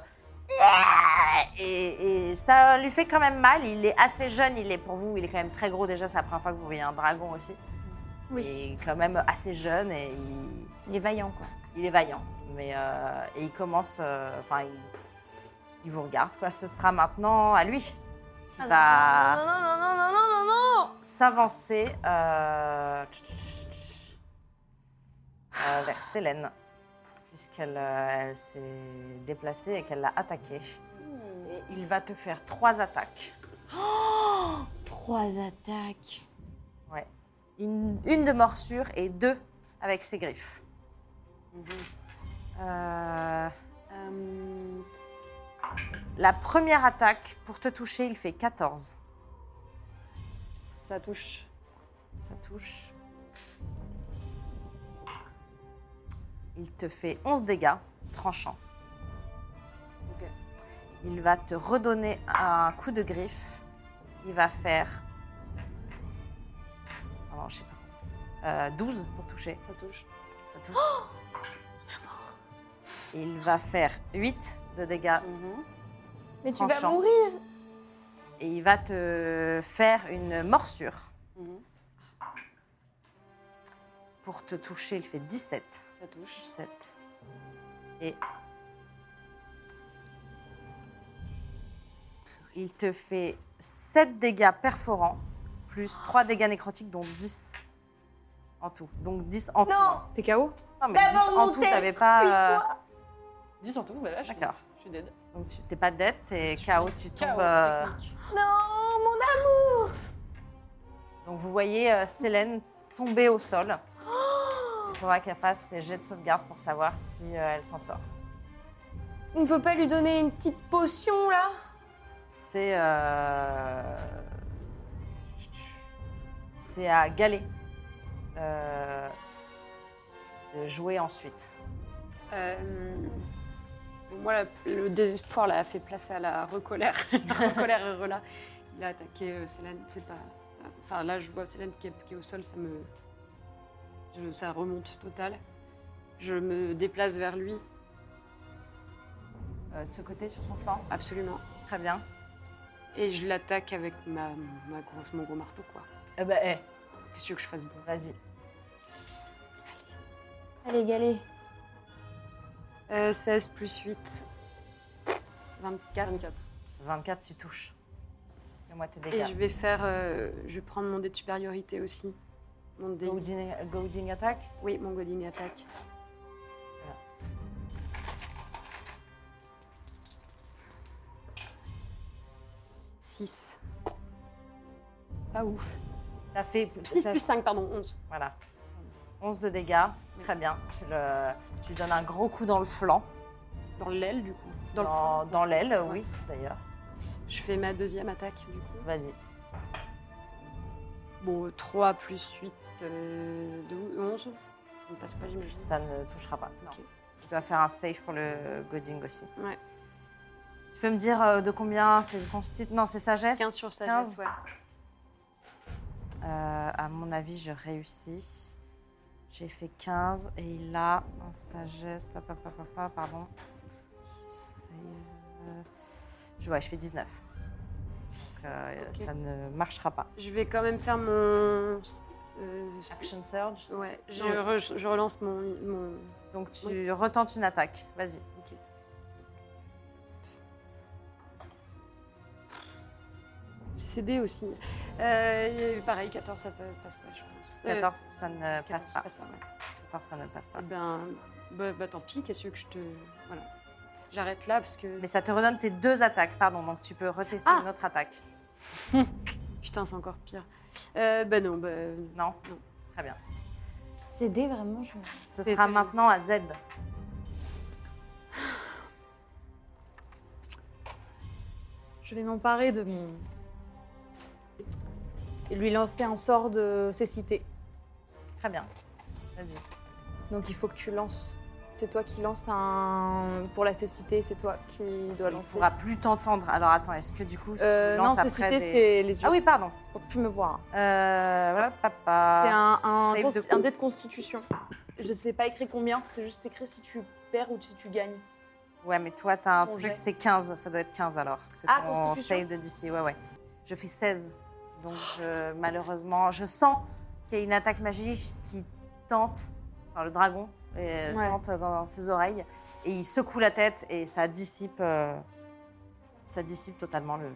et, et ça lui fait quand même mal. Il est assez jeune, il est pour vous, il est quand même très gros déjà. C'est la première fois que vous voyez un dragon aussi. Oui. Il est quand même assez jeune et il, Il est vaillant, quoi. il est vaillant. Mais, euh, et il commence... euh, Enfin, il, il vous regarde, quoi. Ce sera maintenant à lui qui Ah va... non, non, non, non, non, non, non, non, non. s'avancer euh, euh, vers Célène, puisqu'elle euh, elle s'est déplacée et qu'elle l'a attaqué. Et il va te faire trois attaques. Trois attaques. Ouais. Une, une de morsure et deux avec ses griffes. Euh, Euh, la première attaque, pour te toucher, il fait quatorze. ça touche. Ça touche. Il te fait onze dégâts, tranchants. Ok. Il va te redonner un coup de griffe. Il va faire... Alors, je sais pas. Euh, douze pour toucher. Ça touche. Ça touche. Il va faire huit de dégâts. Mhm. Mais tu vas Tranchant. mourir. Et il va te faire une morsure. Mhm. Pour te toucher, il fait dix-sept. Ça touche. dix-sept. Et il te fait sept dégâts perforants, plus trois dégâts nécrotiques, dont dix en tout. Donc dix en tout. Non. hein. T'es K O? Non, mais dix D'abord en mon tout, tête, t'avais pas... puis euh, toi. dix en tout, bah là, je suis, D'accord. je suis dead. Donc tu t'es pas dead, t'es K O, tu K tombes... O, euh, technique. Non, mon amour. Donc vous voyez euh, Célène tomber au sol. Il faudra qu'elle fasse ses jets de sauvegarde pour savoir si euh, elle s'en sort. On peut pas lui donner une petite potion, là? C'est... euh, C'est à Galet euh, de jouer ensuite. Euh, moi, la- le désespoir là, a fait place à la recolère. La recolère et rela. Il a attaqué euh, Célène. C'est pas, c'est pas- Enfin, là, je vois Célène qui est, qui est au sol, ça me. je- ça remonte total. Je me déplace vers lui, Euh, de ce côté, sur son flanc. absolument. Très bien. Et je l'attaque avec ma, ma grosse- mon gros marteau, quoi. Eh ben, eh, Qu'est-ce que tu veux que je fasse d'autre? vas-y. Allez, Galet. euh, seize plus huit. vingt-quatre. vingt-quatre. vingt-quatre, tu touches. Fais-moi tes Et dégâts. je vais faire. euh, je vais prendre mon dé de supériorité aussi. Mon dé. Goading, goading attack. Oui, mon Goding attaque. six. Pas ouf. T'as fait... six t'as- plus cinq, pardon, onze. Voilà. onze de dégâts. Très bien. Tu, le, tu lui donnes un gros coup dans le flanc. Dans l'aile, du coup. Dans, le flanc. Dans, dans l'aile, oui, d'ailleurs. Je fais ma deuxième attaque, du coup. Vas-y. Bon, trois plus huit, euh, douze, onze. On ne passe pas, j'imagine. Ça ne touchera pas. Non. Ok. Tu vas faire un save pour le goading aussi. Ouais. Tu peux me dire euh, de combien c'est le consti... Non, c'est sagesse. quinze sur sagesse, quinze. ouais. Euh, à mon avis, je réussis. J'ai fait quinze et il a en sagesse. Papa, papa, papa, pardon. Save. Je vois, je fais dix-neuf. Donc, euh, Ok. ça ne marchera pas. Je vais quand même faire mon. euh, Action surge. Ouais, je, Non, re- je relance mon. mon... Donc tu retentes une attaque. Vas-y. Ok. C'est C D aussi. Euh, pareil, quatorze, ça pa- passe pas, je pense. Euh, quatorze, ça ne quatorze, passe ça pas. passe pas, ouais. quatorze, ça ne passe pas. Eh ben, bah, bah, tant pis, qu'est-ce que je te. Voilà. J'arrête là parce que. Mais ça te redonne tes deux attaques, pardon. Donc tu peux retester Ah. une autre attaque. Putain, c'est encore pire. Euh, bah non, bah. Non Non. Très bien. C'est D vraiment, je... Ce C'est sera terrible. maintenant à Z. Je vais m'emparer de mon... Et lui lancer un sort de cécité. Très bien. Vas-y. Donc il faut que tu lances. C'est toi qui lances un... Pour la cécité, c'est toi qui dois Il ne lancer. pourra plus t'entendre. Alors attends, est-ce que du coup, si Euh, tu non, lances après cécité, des... c'est les yeux. Ah oui, pardon. Pour plus me voir. Euh, voilà, papa. C'est un, un, Save consti- de- un dé de constitution. Je sais pas écrit combien, c'est juste écrit si tu perds ou si tu gagnes. Ouais, mais toi, t'as un Ton truc, jet. c'est quinze. Ça doit être quinze alors. C'est Ah, ton constitution. save de d'ici. Ouais, ouais. Je fais seize. Donc, je- malheureusement, je sens qu'il y a une attaque magique qui tente, enfin, le dragon, euh, Ouais. tente dans ses oreilles. Et il secoue la tête et ça dissipe, euh, ça dissipe totalement le,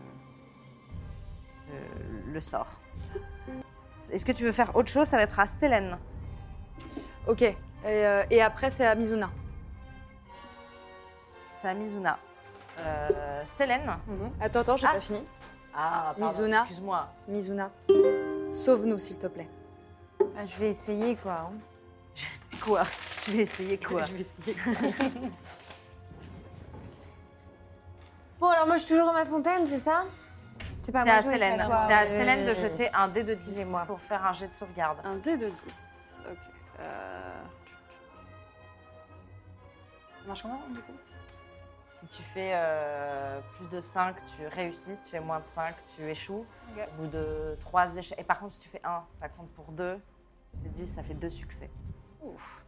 le, le sort. Est-ce que tu veux faire autre chose? Ça va être à Célène. Ok. Et, euh, et après, c'est à Mizuna. C'est à Mizuna. Euh, Célène. Mhm. Attends, attends, j'ai Ah. pas fini. Ah, pardon, Mizuna. excuse-moi. Mizuna, sauve-nous, s'il te plaît. Ah, je vais essayer, quoi. hein. Quoi? Tu vas essayer quoi? Je vais essayer. Bon, alors moi, je suis toujours dans ma fontaine, c'est ça? C'est pas C'est moi à jouer, Célène. c'est à toi. C'est à Euh, Célène de jeter un dé de dix excusez-moi. pour faire un jet de sauvegarde. Un dé de dix. Ok. Euh... Ça marche comment, du coup? Si tu fais euh, plus de cinq, tu réussis. Si tu fais moins de cinq, tu échoues. Ok. Au bout de trois échecs. Et par contre, si tu fais un, ça compte pour deux. Si tu fais dix, ça fait deux succès. Ouf.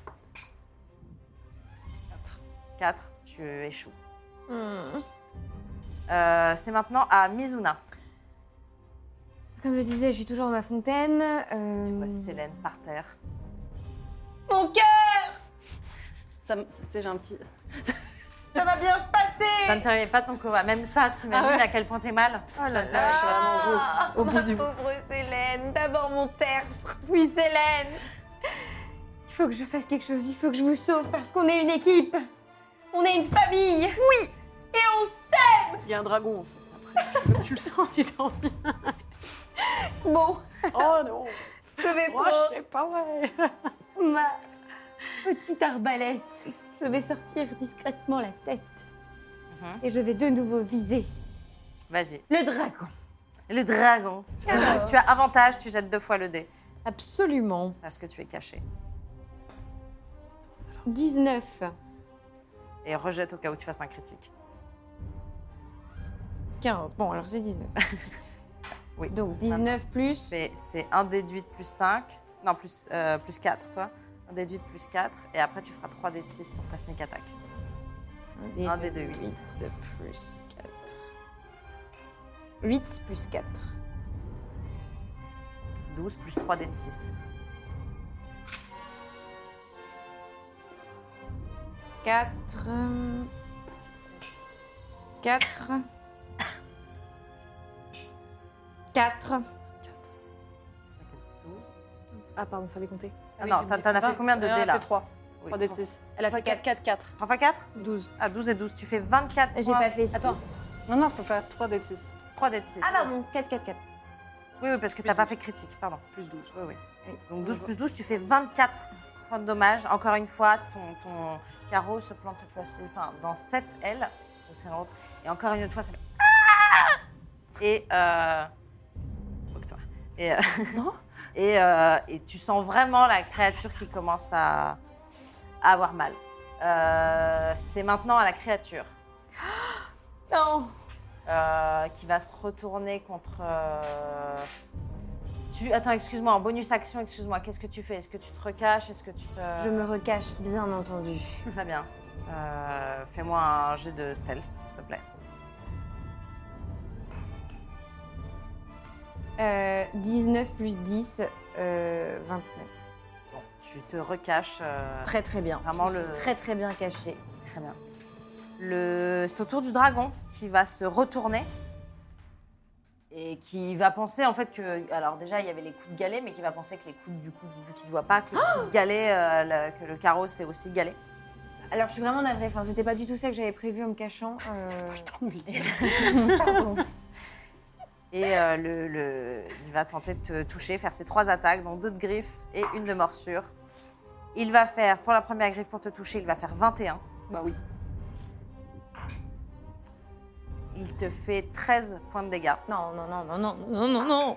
quatre, tu échoues. Hmm. Euh, c'est maintenant à Mizuna. Comme je disais, je suis toujours dans ma fontaine. euh, Tu vois Célène par terre. Mon cœur, Ça, me- tu sais, j'ai un petit... ça va bien se Ça passer. ne t'arrive pas ton combat. Même ça, t'imagines Ah ouais. à quel point t'es mal? Oh là Ça, là, je suis vraiment au bout, du pauvre Célène. D'abord mon tertre, puis Célène. Il faut que je fasse quelque chose. Il faut que je vous sauve parce qu'on est une équipe. On est une famille. Oui. Et on sait. Il y a un dragon en fait. Après, comme tu le sens, tu t'en viens. Bon, Oh non. je vais Moi, prendre je sais pas, ouais. ma petite arbalète. Je vais sortir discrètement la tête. Mhm. Et je vais de nouveau viser Vas-y. le dragon. Le dragon. Alors. Tu as avantage, tu jettes deux fois le dé. Absolument. Parce que tu es caché. dix-neuf. Et rejette au cas où tu fasses un critique. quinze. Bon, alors c'est dix-neuf. Oui. Donc dix-neuf plus. C'est c'est un dé de huit plus cinq. Non, plus, euh, plus quatre, toi. Un dé de huit plus quatre. Et après, tu feras trois dés de six pour ta sneak attack. Un dé de huit. huit plus quatre. huit plus quatre. douze plus trois dés de six. quatre. quatre. quatre. douze. Ah, pardon, fallait compter. Ah non, t'en t'en as fait combien de Elle en dés a là fait trois. Oui. trois dés de six. Elle a fait quatre. quatre, quatre, quatre. trois fois quatre douze. Ah, douze et douze. Tu fais vingt-quatre J'ai points. pas fait six. Attends. Non, non, faut faire trois dés de six. trois dés de six. Ah pardon, quatre, quatre, quatre. Oui, oui, parce que t'as pas fait critique, pardon. Plus douze. Oui, oui. Donc douze plus douze, tu fais vingt-quatre points de dommage. Encore une fois, ton, ton carreau se plante cette fois-ci enfin, dans cette aile, au sein de l'autre. Et encore une autre fois, ça fait Ah Et. Euh... Moque-toi. Et, euh, et, euh, et tu sens vraiment la créature qui commence à, à avoir mal. Euh, c'est maintenant à la créature. Non. Euh, qui va se retourner contre. euh, Tu... Attends, excuse-moi, en bonus action, excuse-moi, qu'est-ce que tu fais? Est-ce que tu te recaches? Est-ce que tu te. Je me recache, bien entendu. Très bien. Euh, Fais-moi un jet de stealth, s'il te plaît. Euh, dix-neuf plus dix, euh, vingt-neuf. Bon, tu te recaches. euh, Très très bien. Vraiment Je suis le- Très très bien caché. Très bien. Le... C'est au tour du dragon qui va se retourner et qui va penser en fait que. Alors déjà, il y avait les coups de galet, mais qui va penser que les coups du coup, vu qu'il ne voit pas, que les coups de galet, euh, le- que le carreau c'est aussi galet. Alors, je suis vraiment navrée. Enfin, c'était pas du tout ça que j'avais prévu en me cachant. Euh... Trop me le dire. Pardon. Et euh, le, le- il va tenter de te toucher, faire ses trois attaques, donc deux de griffes et une de morsure. Il va faire, pour la première griffe, pour te toucher, il va faire vingt et un. Bah oui. Il te fait treize points de dégâts. Non, non, non, non, non, non, non, non.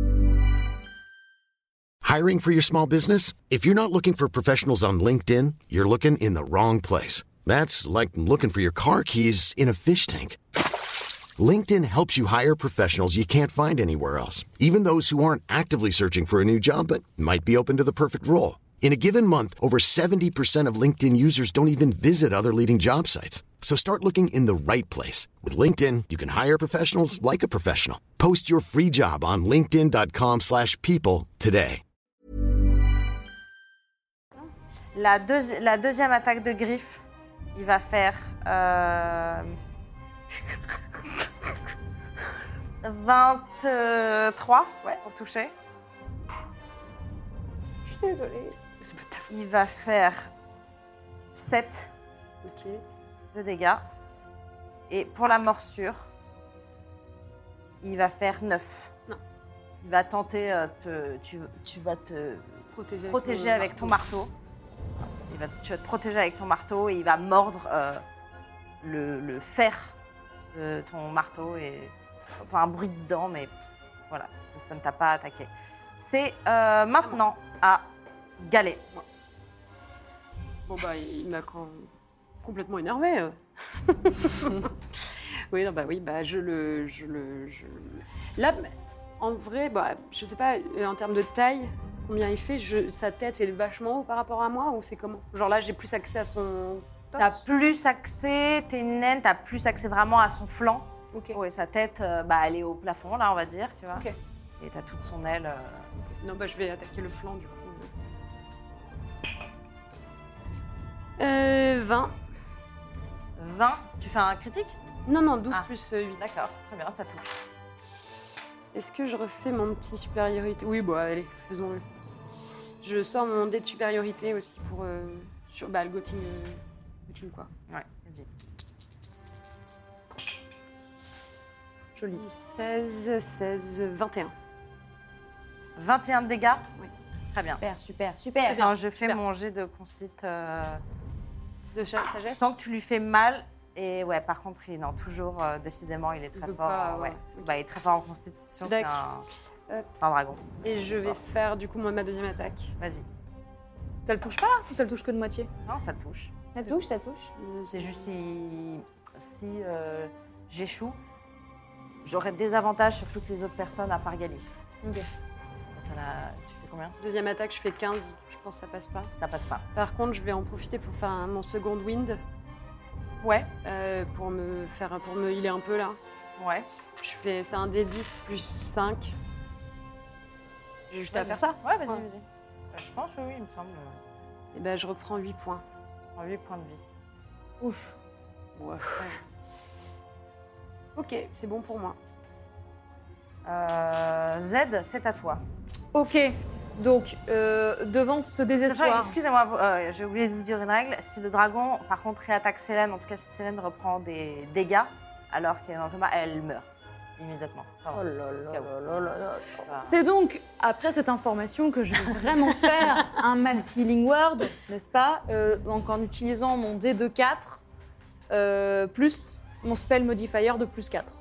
Hiring for your small business? If you're not looking for professionals on LinkedIn, you're looking in the wrong place. That's like looking for your car keys in a fish tank. LinkedIn helps you hire professionals you can't find anywhere else, even those who aren't actively searching for a new job but might be open to the perfect role. In a given month, over seventy percent of LinkedIn users don't even visit other leading job sites. So start looking in the right place. With LinkedIn, you can hire professionals like a professional. Post your free job on linkedin.com slash people today. La, deuxi- la deuxième attaque de griffe, il va faire euh, vingt-trois ouais, pour toucher. Je suis désolée. C'est pas de ta faute. Il va faire sept Ok. de dégâts. Et pour la morsure, il va faire neuf. Non. Il va tenter, euh, te, tu, tu vas te Protéger, protéger le avec ton marteau. Il va, tu vas te protéger avec ton marteau et il va mordre euh, le, le fer de ton marteau et entend un bruit de dents, mais voilà, ça, ça ne t'a pas attaqué. C'est euh, maintenant à Galet. Bon bah il m'a quand- complètement énervé. euh. oui, non, bah oui, bah je le, je le, je le- Là, en vrai, bah je sais pas, euh, en termes de taille, combien il fait. Je... Sa tête est vachement haut par rapport à moi ou c'est comment? Genre là, j'ai plus accès à son. T'as torse. plus accès, t'es une naine, t'as plus accès vraiment à son flanc. Ok. Ouais, sa tête, euh, bah, elle est au plafond, là, on va dire, tu vois. Ok. Et t'as toute son aile. euh, Non, bah je vais attaquer le flanc du coup. Euh, vingt. vingt, tu fais un critique? Non, non, douze Ah. plus huit. D'accord, très bien, ça touche. Est-ce que je refais mon petit supériorité? Oui, bon, allez, faisons-le. Je sors mon dé de supériorité aussi pour. euh, sur bah, le Gotting. euh, Gotting, quoi. Ouais, vas-y. Joli. seize, seize, vingt et un. vingt et un de dégâts? Oui. Très bien. Super, super, super. Non, je fais super. mon jet de constit. euh, De cha- Je sagesse? sens que tu lui fais mal. Et ouais, par contre, il, non, toujours, euh, décidément, il est très peut fort. pas, en- ouais. ouais. Bah, il est très fort en constitution, c'est Dac. un, Hop. c'est un dragon. Et je vais Fort. faire du coup moi, ma deuxième attaque. Vas-y. Ça le touche pas là ou ça le touche que de moitié? Non, ça te touche. Ça touche, ça touche. Euh, C'est juste si, si euh, j'échoue, j'aurai des avantages sur toutes les autres personnes à part Gali. Ok. Ça la- tu fais combien? Deuxième attaque, je fais quinze. Je pense que ça passe pas. Ça passe pas. Par contre, je vais en profiter pour faire un- mon second wind. Ouais, euh, pour me faire pour me healer un peu là. ouais. Je fais c'est un D dix plus cinq. J'ai juste à Vas-y. faire ça. Ouais, vas-y, Ouais. vas-y. Euh, je pense, oui, oui, il me semble. euh, Et ben je reprends huit points. prends huit points de vie. Ouf. Ouais. Ok, c'est bon pour moi. Euh, Z, c'est à toi. Ok, donc euh, devant ce Sachant, désespoir. excusez-moi, vous- euh, j'ai oublié de vous dire une règle. Si le dragon, par contre, réattaque Célène, en tout cas si Célène reprend des dégâts, alors qu'elle est dans le coma, elle meurt immédiatement. Pardon. Oh là là Cas où. là là là là. Voilà. C'est donc après cette information que je vais vraiment faire un mass healing word, n'est-ce pas? Euh, Donc en utilisant mon D deux quatre euh, plus mon spell modifier de plus quatre.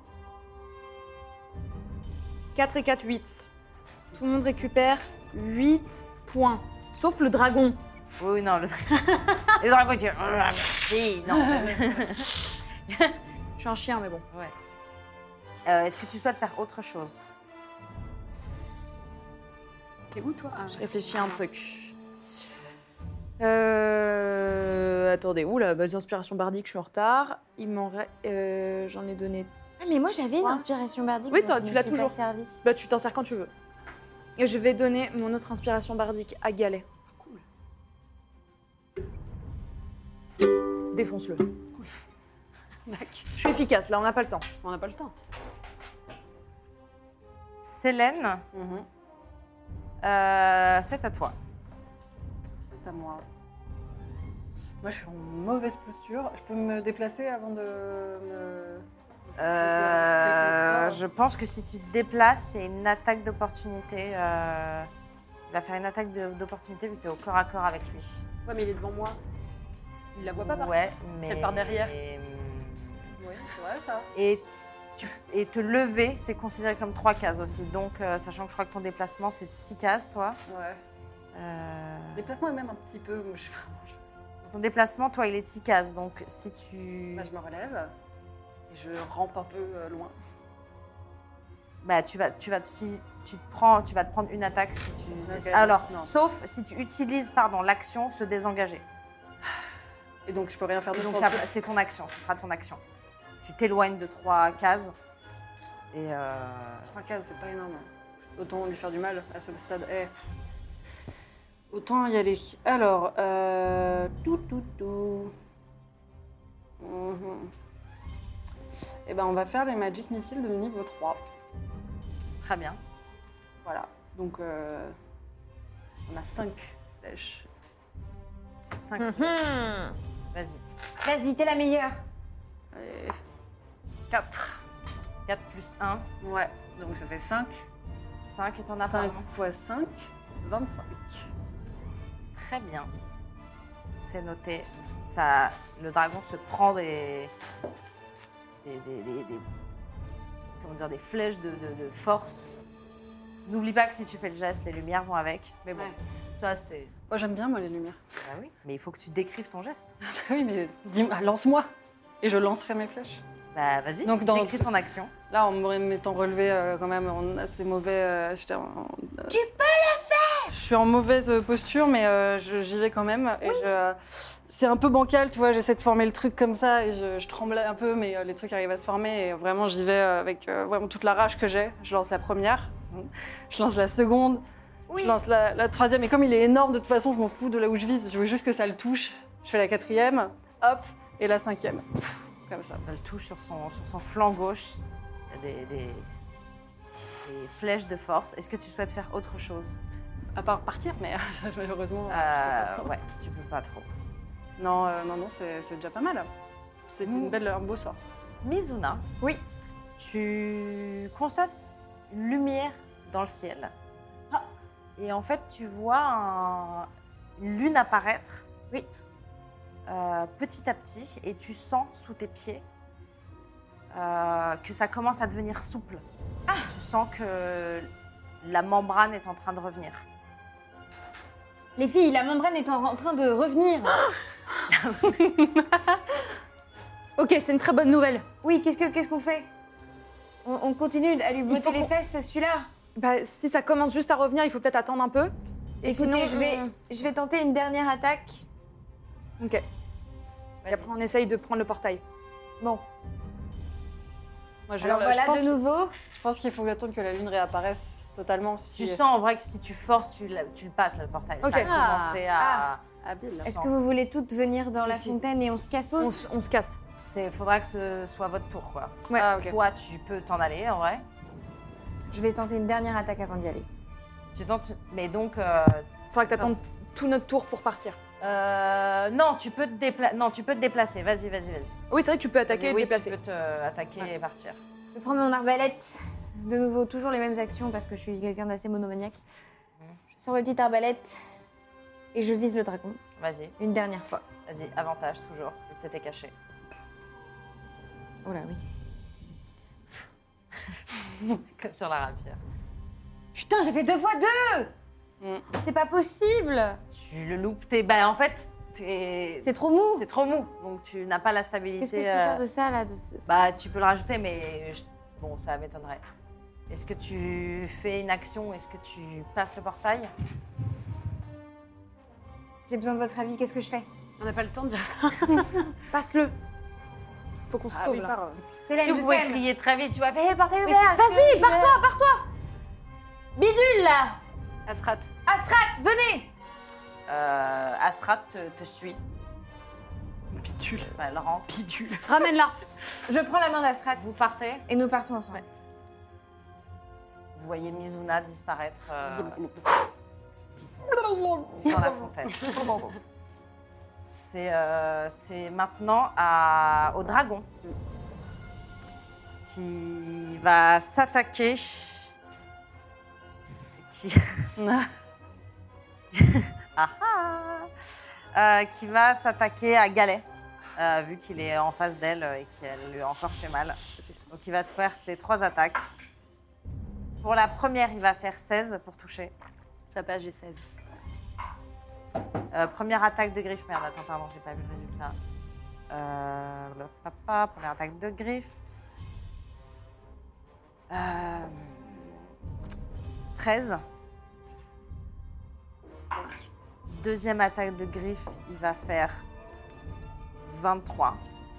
quatre et quatre, huit. Tout le monde récupère huit points. Sauf le dragon. Oui, non, le, le dragon, il dit Ah, merci, non. Je suis un chien, mais bon. Ouais. Euh, Est-ce que tu souhaites faire autre chose? T'es où toi? Ah, Je réfléchis à un truc. Euh... Attendez, oula, bah, inspiration bardique, je suis en retard. Il m'en reste. euh, J'en ai donné. Ah, mais moi j'avais une Quoi inspiration bardique. Oui, dont toi, je tu me l'as suis toujours. pas servi. Bah, tu t'en sers quand tu veux. Et je vais donner mon autre inspiration bardique à Galet. cool. Défonce-le. Dac. Je suis efficace, là, on n'a pas le temps. On n'a pas le temps. Célène, Mhm. euh, c'est à toi. C'est à moi. Moi, je suis en mauvaise posture. Je peux me déplacer avant de me... Euh, je pense que si tu te déplaces, il y a une attaque d'opportunité. Euh, il va faire une attaque de- d'opportunité vu que tu es au corps à corps avec lui. Ouais, mais il est devant moi. Il la voit pas partir. Ouais, mais... Elle part derrière. Et, Oui, c'est vrai, ça. et, tu- et te lever, c'est considéré comme trois cases aussi. Donc, euh, sachant que je crois que ton déplacement, c'est de six cases, toi. Ouais. Euh, Déplacement est même un petit peu... moi, Je, je, ton déplacement, toi, il est de six cases. Donc, si tu... bah, je me relève et je rampe un peu euh, loin. Bah, tu vas, tu vas, te- si tu te prends, tu vas te prendre une attaque si tu. Ok, Alors, non. sauf si tu utilises, pardon, l'action se désengager. Et donc, je peux rien faire de Donc plus. après, c'est ton action, ce sera ton action. Tu t'éloignes de trois cases et. Euh... Trois cases, c'est pas énorme. Autant lui faire du mal à ce stade. Eh. Autant y aller. Alors, euh... tout, tout, tout. Mhm. Eh ben, on va faire les Magic Missiles de niveau trois. Très bien. Voilà. Donc, euh... on a cinq flèches. cinq Mhm. Vas-y. Vas-y, t'es la meilleure. Allez. quatre. quatre plus un. Ouais, donc ça fait cinq. cinq et t'en as pas cinq un. fois cinq, vingt-cinq. Très bien. C'est noté. Ça, le dragon se prend des. des, des, des- des- comment dire, des flèches de, de- de force. N'oublie pas que si tu fais le geste, les lumières vont avec. Mais bon, Ouais. ça c'est. Moi, j'aime bien, moi, les lumières. Bah oui. Mais il faut que tu décrives ton geste. Oui, mais dis-moi, lance-moi. Et je lancerai mes flèches. Bah vas-y. Donc, dans- décris ton action. Là, en me mettant relevé euh, quand même en assez mauvais... euh, j'étais en- euh, Tu peux le faire. Je suis en mauvaise euh, posture, mais euh, je- j'y vais quand même. Et je- c'est un peu bancal, tu vois, j'essaie de former le truc comme ça et je, je tremble un peu, mais euh, les trucs arrivent à se former. Et vraiment, j'y vais euh, avec euh, vraiment toute la rage que j'ai. Je lance la première, je lance la seconde, Oui. je lance la, la troisième. Et comme il est énorme, de toute façon, je m'en fous de là où je vise. Je veux juste que ça le touche. Je fais la quatrième, hop, et la cinquième. Pff, Comme ça. Ça le touche sur son, sur son flanc gauche. Il y a des, des, des flèches de force. Est-ce que tu souhaites faire autre chose? À part partir, mais malheureusement. Euh, je peux pas trop. ouais, tu peux pas trop. Non, euh, non, non, c'est c'est déjà pas mal. C'est Mm. une belle, un beau sort. Mizuna. Oui. Tu constates une lumière dans le ciel. Ah. Et en fait, tu vois un- une lune apparaître. Oui. euh, petit à petit. Et tu sens sous tes pieds euh, que ça commence à devenir souple. Ah. Tu sens que la membrane est en train de revenir. Les filles, la membrane est en, en train de revenir. Ok, c'est une très bonne nouvelle. Oui, qu'est-ce que qu'est-ce qu'on fait on, on continue à lui botter faut les qu'on- fesses, à celui-là. Bah, si ça commence juste à revenir, il faut peut-être attendre un peu. Et Écoutez, sinon, je vais, on- je vais tenter une dernière attaque. Ok. Et Vas-y. après, on essaye de prendre le portail. Bon, Moi, je, alors je voilà pense, de nouveau. je pense qu'il faut attendre que la lune réapparaisse totalement. Si Tu sens en vrai que si tu forces, tu, la- tu le passes, là, le portail. Ok. Ça a commencé à... Ah. habile. Est-ce que vous voulez toutes venir dans la Les filles. fontaine et on se casse On, os s- on se casse. Il faudra que ce soit votre tour, quoi. Ouais. Ah, ok. Toi, tu peux t'en aller, en vrai. Je vais tenter une dernière attaque avant d'y aller. Tu tentes... Mais donc... euh, Faudra que t'attendes tout notre tour pour partir. euh, non, tu peux te déplacer. Non, tu peux te déplacer. Vas-y, vas-y, vas-y. Oui, c'est vrai que tu peux attaquer Vas-y, et oui, déplacer. tu peux te euh, attaquer Ouais. et partir. Je prends mon arbalète. De nouveau, toujours les mêmes actions parce que je suis quelqu'un d'assez monomaniaque. Je sors ma petite arbalète et je vise le dragon Vas-y, une dernière fois. vas-y, avantage toujours, vu que t'étais caché. Oh là oui. Comme sur la rapière. Putain, j'ai fait deux fois deux. Mm. C'est pas possible. Tu le loupes, t'es... Bah, en fait, t'es... C'est trop mou. C'est trop mou, donc tu n'as pas la stabilité. Qu'est-ce que je peux euh, faire de ça là de ce- Bah, tu peux le rajouter, mais je- bon, ça m'étonnerait. Est-ce que tu fais une action? Est-ce que tu passes le portail? J'ai besoin de votre avis. Qu'est-ce que je fais? On n'a pas le temps de dire ça. Passe-le. Faut qu'on se Ah sauve oui, là. par- Célène, Tu je pouvais t'aime. crier très vite, tu vas faire portail Mais ouvert. est-ce que vas-y, tu pars-toi, veux- pars-toi. Bidule là. Asrat. Astrat, venez. Euh, Asrat te, te suit. Bidule. Enfin, elle rentre. Bidule. Ramène-la. Je prends la main d'Astrat Vous partez. et nous partons ensemble. Ouais. Vous voyez Mizuna disparaître euh, dans la fontaine. c'est euh, c'est maintenant à, au dragon qui va s'attaquer. Qui... ah, ah. Euh, qui va s'attaquer à Galet, euh, vu qu'il est en face d'elle et qu'elle lui a encore fait mal. Donc il va te faire ses trois attaques. Pour la première, il va faire seize pour toucher. Ça passe, j'ai seize. Euh, première attaque de griffe. Merde, attends, pardon, j'ai pas vu le résultat. Euh, papa, première attaque de griffe. Euh, treize. Deuxième attaque de griffe, il va faire vingt-trois.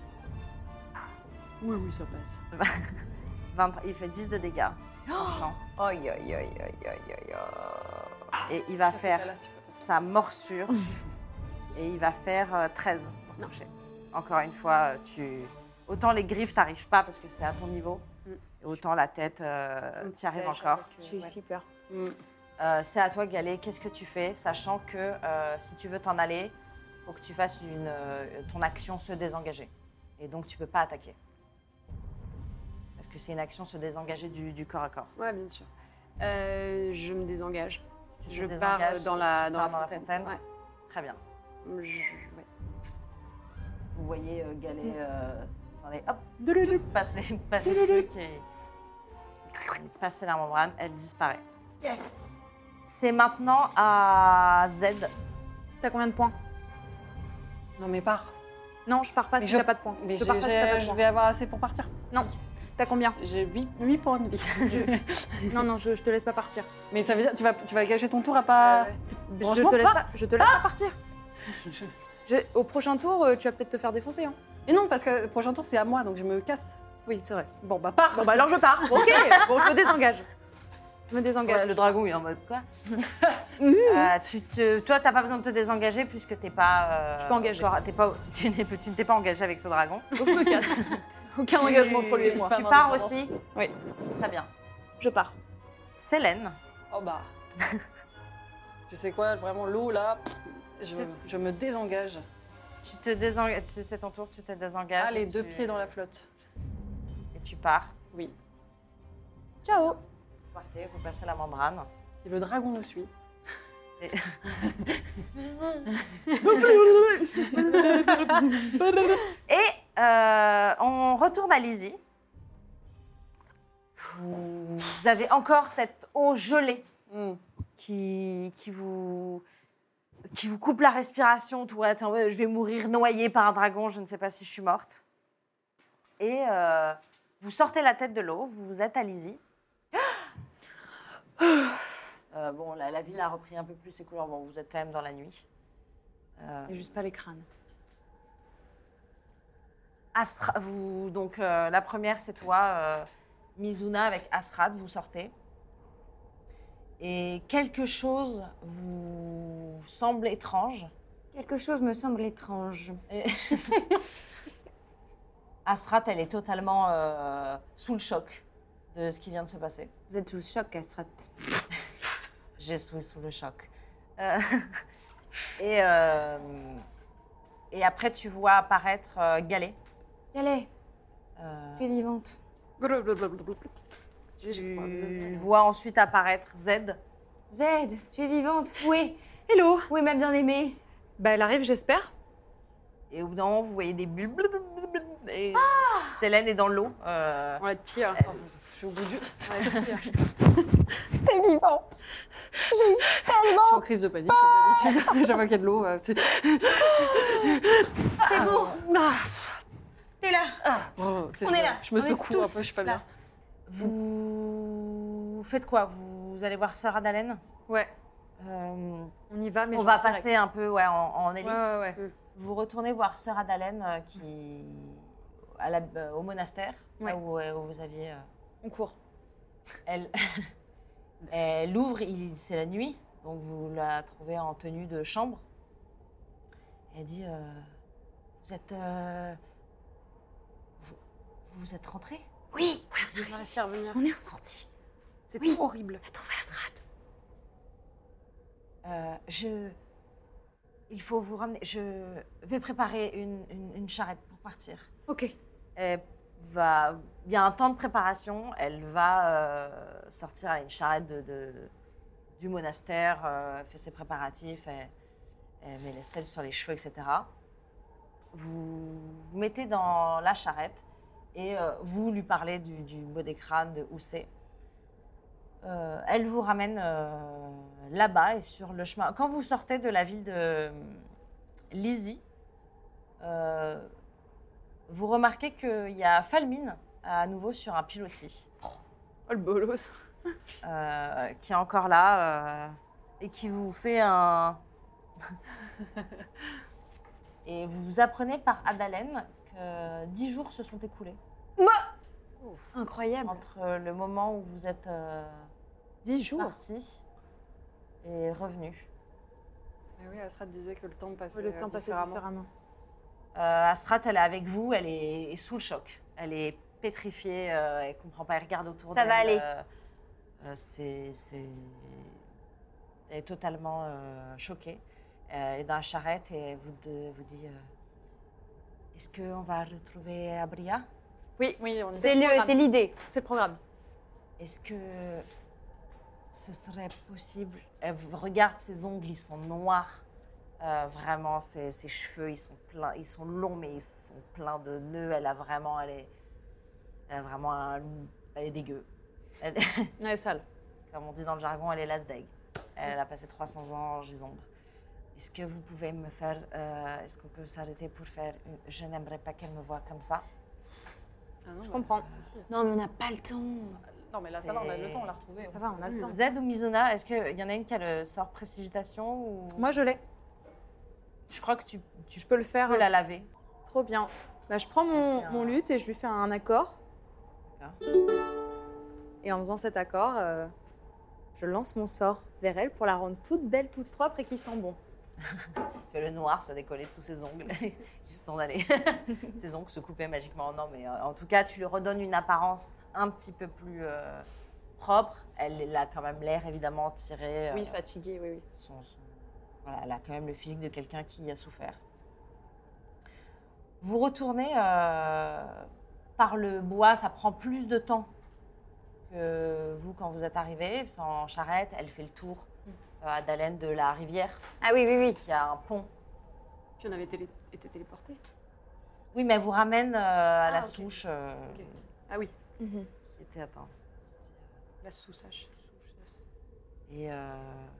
Oui, oui, ça passe. vingt-trois. Il fait dix de dégâts en champ. Aïe, aïe, aïe, aïe, aïe, aïe. Et il va faire sa morsure. Et il va faire euh, treize pour toucher. Encore une fois, tu... autant les griffes, t'arrives pas parce que c'est à ton niveau. Mm. Et autant la tête, euh, t'y arrives encore. J'ai eu super. Mm. Euh, c'est à toi, Galet. Qu'est-ce que tu fais, sachant que euh, si tu veux t'en aller, il faut que tu fasses une, euh, ton action se désengager. Et donc, tu peux pas attaquer. Parce que c'est une action se désengager du, du corps à corps. Ouais, bien sûr. Euh, je me désengage. Tu te je pars désengages, dans la, tu dans pars la fontaine. Ouais. Très bien. Je- ouais. Vous voyez euh, Galet euh, s'en aller, hop, douloulou, passer, passer le truc et passer la membrane, elle disparaît. Yes. C'est maintenant à Z. T'as combien de points? Non, mais pars. Non, je pars pas Mais si je- t'as pas de points. Mais je j'ai- pars pas si t'as pas de je points. vais avoir assez pour partir. Non. T'as combien? J'ai huit points de vie. Non, non, je, je te laisse pas partir. Mais ça veut dire tu vas, tu vas gâcher ton tour à pas. Je Franchement, te laisse pas. pas, je te laisse pas partir. Je- au prochain tour, euh, tu vas peut-être te faire défoncer. Hein. Et non, parce que le prochain tour, c'est à moi, donc je me casse. Oui, c'est vrai. Bon, bah, pars. Bon, bah alors je pars. Ok, bon, je me désengage. Je me désengage. Le dragon est en mode quoi Euh, tu te, Toi, t'as pas besoin de te désengager puisque t'es pas. Euh, Je suis pas engagée. encore- t'es pas, tu n'es tu ne t'es pas engagé avec ce dragon. Donc je me casse. Aucun Tu- engagement entre lui et moi. Tu pars aussi. Oui. Très bien. Je pars. Célène. Oh, bah. Tu sais quoi, vraiment, l'eau, là, je, C'est- je me désengage. Tu te désengages. C'est ton tour. Tu te désengages. Ah, les et deux tu- pieds dans la flotte. Et tu pars. Oui. Ciao. Vous partez. Vous passez la membrane. Si le dragon nous suit. Et euh, on retourne à Lizzie. Vous avez encore cette eau gelée Mm. qui, qui, vous, qui vous coupe la respiration. Tout, ouais, attends, ouais, je vais mourir noyée par un dragon, je ne sais pas si je suis morte. Et euh, vous sortez la tête de l'eau, vous êtes à Lizzie. Euh, bon, la, la ville a repris un peu plus ses couleurs. Bon, vous êtes quand même dans la nuit. Euh, Et juste pas les crânes. Astra, vous, donc euh, la première, c'est toi, euh, Mizuna, avec Asrad, vous sortez. Et quelque chose vous semble étrange. Quelque chose me semble étrange. Et- Asrad, elle est totalement euh, sous le choc de ce qui vient de se passer. Vous êtes sous le choc, Asrat. Je suis sous le choc. Euh, et, euh, et après, tu vois apparaître euh, Galet. Allez, Euh, tu es vivante. tu vois ensuite apparaître Z. Z, tu es vivante. Oui. Hello. Oui, ma bien-aimée. Bah elle arrive, j'espère. Et au bout d'un moment, vous voyez des bulles. Et Célène est dans l'eau. Euh, On la tire. Je suis au bout du. On la tire. T'es vivante. J'ai eu Je tellement. suis en crise de panique, comme d'habitude. Chaque fois qu'il y a de l'eau. euh, c'est- C'est bon. Ah, T'es là. oh, tu sais, On je est me- là. Je me On est secoue un tous peu, je suis pas là. bien. vous faites quoi? Vous allez voir Sœur Adalène? Ouais. Euh, On y va, mais On je va vais direct. passer un peu ouais, en, en élite. Ouais, ouais, ouais. Vous retournez voir Sœur Adalène euh, qui à la- euh, au monastère, là Ouais. où, euh, où vous aviez. euh, On court. elle, elle ouvre, il- c'est la nuit, donc vous la trouvez en tenue de chambre. Elle dit euh, vous êtes euh, vous, vous êtes rentrés? Oui. Je vais réussi à revenir. On est ressortis. C'est Oui. horrible. T'as trouvé Asrad? Euh, je il faut vous ramener. Je vais préparer une, une, une charrette pour partir. Ok. Elle va, il y a un temps de préparation. Elle va euh, sortir à une charrette de, de, du monastère, euh, elle fait ses préparatifs, elle, elle met les selles sur les cheveux, et cetera. Vous vous mettez dans la charrette et euh, vous lui parlez du, du beau des crânes de Houssé. Euh, elle vous ramène euh, là-bas et sur le chemin. Quand vous sortez de la ville de Lizy, euh, vous remarquez qu'il y a Falmine à nouveau sur un pilotis. Oh le bolos. Euh, qui est encore là euh, et qui vous fait un... et vous apprenez par Adalène que dix jours se sont écoulés Incroyable. entre le moment où vous êtes euh, Dix jours. parti et revenu. Mais oui, Asrat disait que le temps passait Ouais, le temps euh, passait différemment. différemment. Euh, Asrat, elle est avec vous, elle est, est sous le choc. Elle est pétrifiée, euh, elle comprend pas, elle regarde autour Ça d'elle. va aller. euh, euh, c'est, c'est... Elle est totalement euh, choquée. Euh, elle est dans la charrette et elle vous, de- vous dit euh, est-ce qu'on va retrouver Abria? Oui, oui, on C'est est... le, c'est l'idée. C'est le programme. Est-ce que ce serait possible? Elle vous regarde ses ongles, ils sont noirs. Euh, vraiment, ses, ses cheveux, ils sont pleins, ils sont longs, mais ils sont pleins de nœuds. Elle a vraiment, elle est, elle a vraiment un, elle est dégueu. Elle- Ouais, sale. comme on dit dans le jargon, elle est lasdeg. Elle a passé trois cents ans en Gisombre. Est-ce que vous pouvez me faire, euh, est-ce qu'on peut s'arrêter pour faire, une... je n'aimerais pas qu'elle me voie comme ça. Ah non, Je bah, comprends. pas de souci. Non, mais on n'a pas le temps. Non, mais là, ça va, on a le temps, on l'a retrouvé. Ça va, on a le temps. Z ou Mizuna, est-ce qu'il y en a une qui a le sort précipitation ou... Moi, je l'ai. Je crois que tu, tu Je peux le faire. peux la laver. Trop bien. Bah, je prends mon, Bien. mon luth et je lui fais un accord. D'accord. Et en faisant cet accord, euh, je lance mon sort vers elle pour la rendre toute belle, toute propre et qui sent bon. Tu vois le noir se décoller de sous ses ongles. Ils se sont allés. Ses ongles se coupaient magiquement. Non, mais euh, en tout cas, tu lui redonnes une apparence un petit peu plus euh, propre. Elle, elle a quand même l'air évidemment tirée. euh, Oui, fatiguée, oui, oui. son- son- voilà, elle a quand même le physique de quelqu'un qui a souffert. Vous retournez euh, par le bois, ça prend plus de temps que vous quand vous êtes arrivés. C'est en charrette, elle fait le tour euh, à Dalaine de la rivière, Ah oui, oui, oui. qui a un pont. Puis on avait télé- été téléportés. Oui, mais elle vous ramène euh, à la ok. souche euh, Ok. Ah oui, Mhm. qui était attends. la sous-sache. Sous-sache. Et, euh,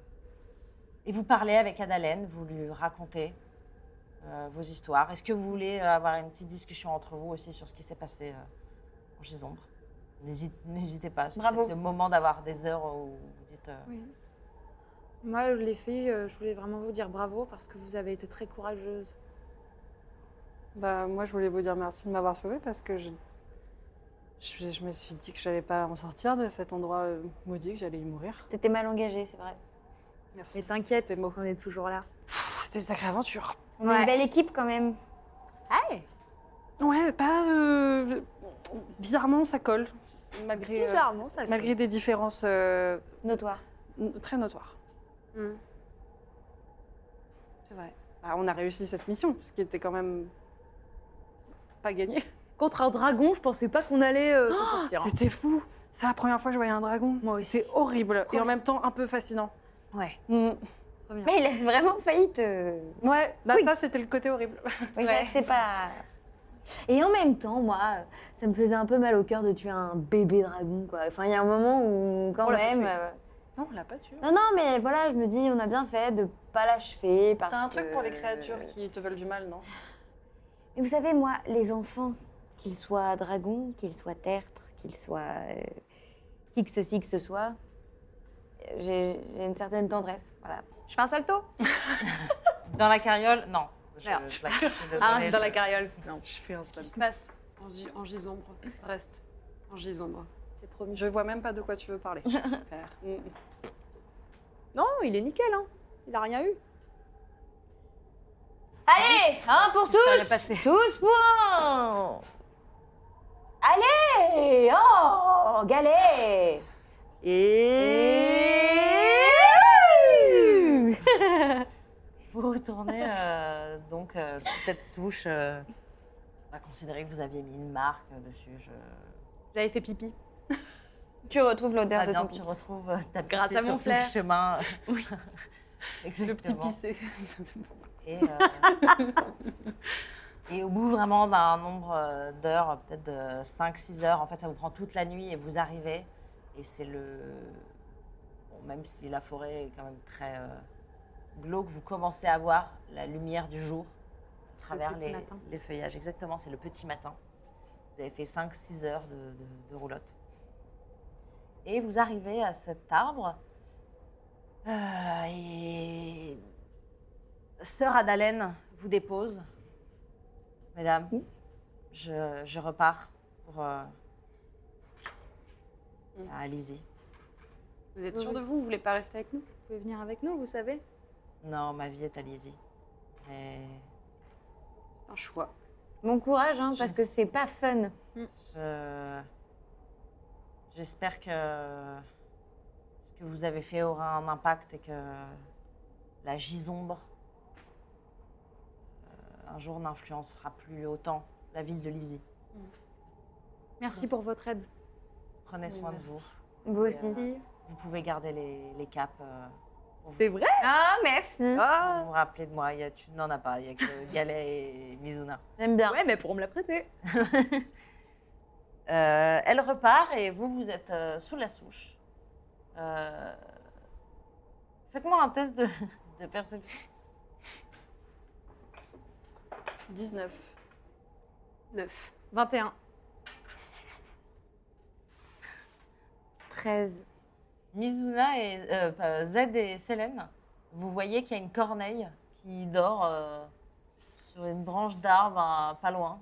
et vous parlez avec Adalène, vous lui racontez euh, vos histoires. Est-ce que vous voulez euh, avoir une petite discussion entre vous aussi sur ce qui s'est passé euh, en Gisombre? N'hésite- N'hésitez pas, c'est Bravo. peut-être le moment d'avoir des heures où vous dites... euh, Oui. Moi, les filles, euh, je voulais vraiment vous dire bravo parce que vous avez été très courageuses. Bah, moi, je voulais vous dire merci de m'avoir sauvée parce que je... Je, je me suis dit que je n'allais pas en sortir de cet endroit euh, maudit, que j'allais y mourir. T'étais mal engagée, c'est vrai. Merci. Mais t'inquiète, on est toujours là. Pff, C'était une sacrée aventure. On est une belle équipe quand même. Hey, Ouais, pas... euh, Bizarrement, ça colle. Malgré, euh, bizarrement, ça. malgré des différences euh, Notoire. n- très notoires. Hmm. C'est vrai. Bah, on a réussi cette mission, ce qui était quand même pas gagné. Contre un dragon, je pensais pas qu'on allait euh, s'en sortir. hein. C'était fou. C'est la première fois que je voyais un dragon. Moi aussi. C'est horrible et en même temps un peu fascinant. Ouais. Mm. Mais il a vraiment failli te. Ouais, bah Oui. ça c'était le côté horrible. Oui, c'est Ouais. vrai que c'est pas. Et en même temps, moi, ça me faisait un peu mal au cœur de tuer un bébé dragon, quoi. Enfin, il y a un moment où, quand On l'a pas même. tué. euh, Non, on l'a pas tué. Non, non, mais voilà, je me dis, on a bien fait de pas l'achever parce T'as un truc que- pour les créatures qui te veulent du mal, non? Mais vous savez, moi, les enfants, qu'ils soient dragons, qu'ils soient tertres, qu'ils soient euh, qui que ceci que ce soit, j'ai j'ai une certaine tendresse. Voilà. Je fais un salto. Dans la carriole, non. Je, Merde. je, je suis désolée, Ah, dans je- la carriole. Non. Je fais un Qu'est-ce qui slam. se passe en, gi- en gisombre? Reste en gisombre. C'est promis. Je vois même pas de quoi tu veux parler. Super. Mm. Non, il est nickel, hein. Il a rien eu. Allez, un pour Ça allait tous, passer. tous pour un. Allez, oh, galet. Et... Et... Vous retournez euh, donc euh, sur cette souche. Euh, on va considérer que vous aviez mis une marque dessus. Je... J'avais fait pipi. Tu retrouves l'odeur Ah de bien, ton tu retrouves euh, ta Grâce pissée à mon sur tout flair. le chemin. Oui. Le petit pissé. Et, euh, et au bout vraiment d'un nombre euh, d'heures, peut-être de cinq six heures, en fait ça vous prend toute la nuit et vous arrivez. Et c'est le... Bon, même si la forêt est quand même très euh, glauque, vous commencez à voir la lumière du jour à travers petit les, matin. les feuillages. Exactement, c'est le petit matin. Vous avez fait cinq six heures de, de, de roulotte. Et vous arrivez à cet arbre. Euh, et Sœur Adalène vous dépose. Mesdames, je, je repars pour euh, à Lizy. Vous êtes Oui, sûr oui. de vous? Vous voulez pas rester avec nous? Vous pouvez venir avec nous, vous savez. Non, ma vie est à Lizy. Mais C'est un choix. Bon courage, hein, Je parce ne que sais- c'est pas fun. je... j'espère que ce que vous avez fait aura un impact et que la gisombre euh, un jour n'influencera plus autant la ville de Lizy. Merci pour votre aide. Prenez Oui, soin de merci. vous. Vous aussi. Vous pouvez garder les, les capes. euh, pour vous. C'est vrai? Ah, merci. Vous vous rappelez de moi, il y a, tu n'en as pas, il n'y a que Galet et Mizuna. J'aime bien. Ouais, mais pour me la prêter. Euh, elle repart et vous, vous êtes euh, sous la souche. Euh, Faites-moi un test de, de perception. dix-neuf. neuf. vingt et un. treize. Mizuna et euh, pas- Z et Célène, vous voyez qu'il y a une corneille qui dort euh, sur une branche d'arbre hein, pas loin.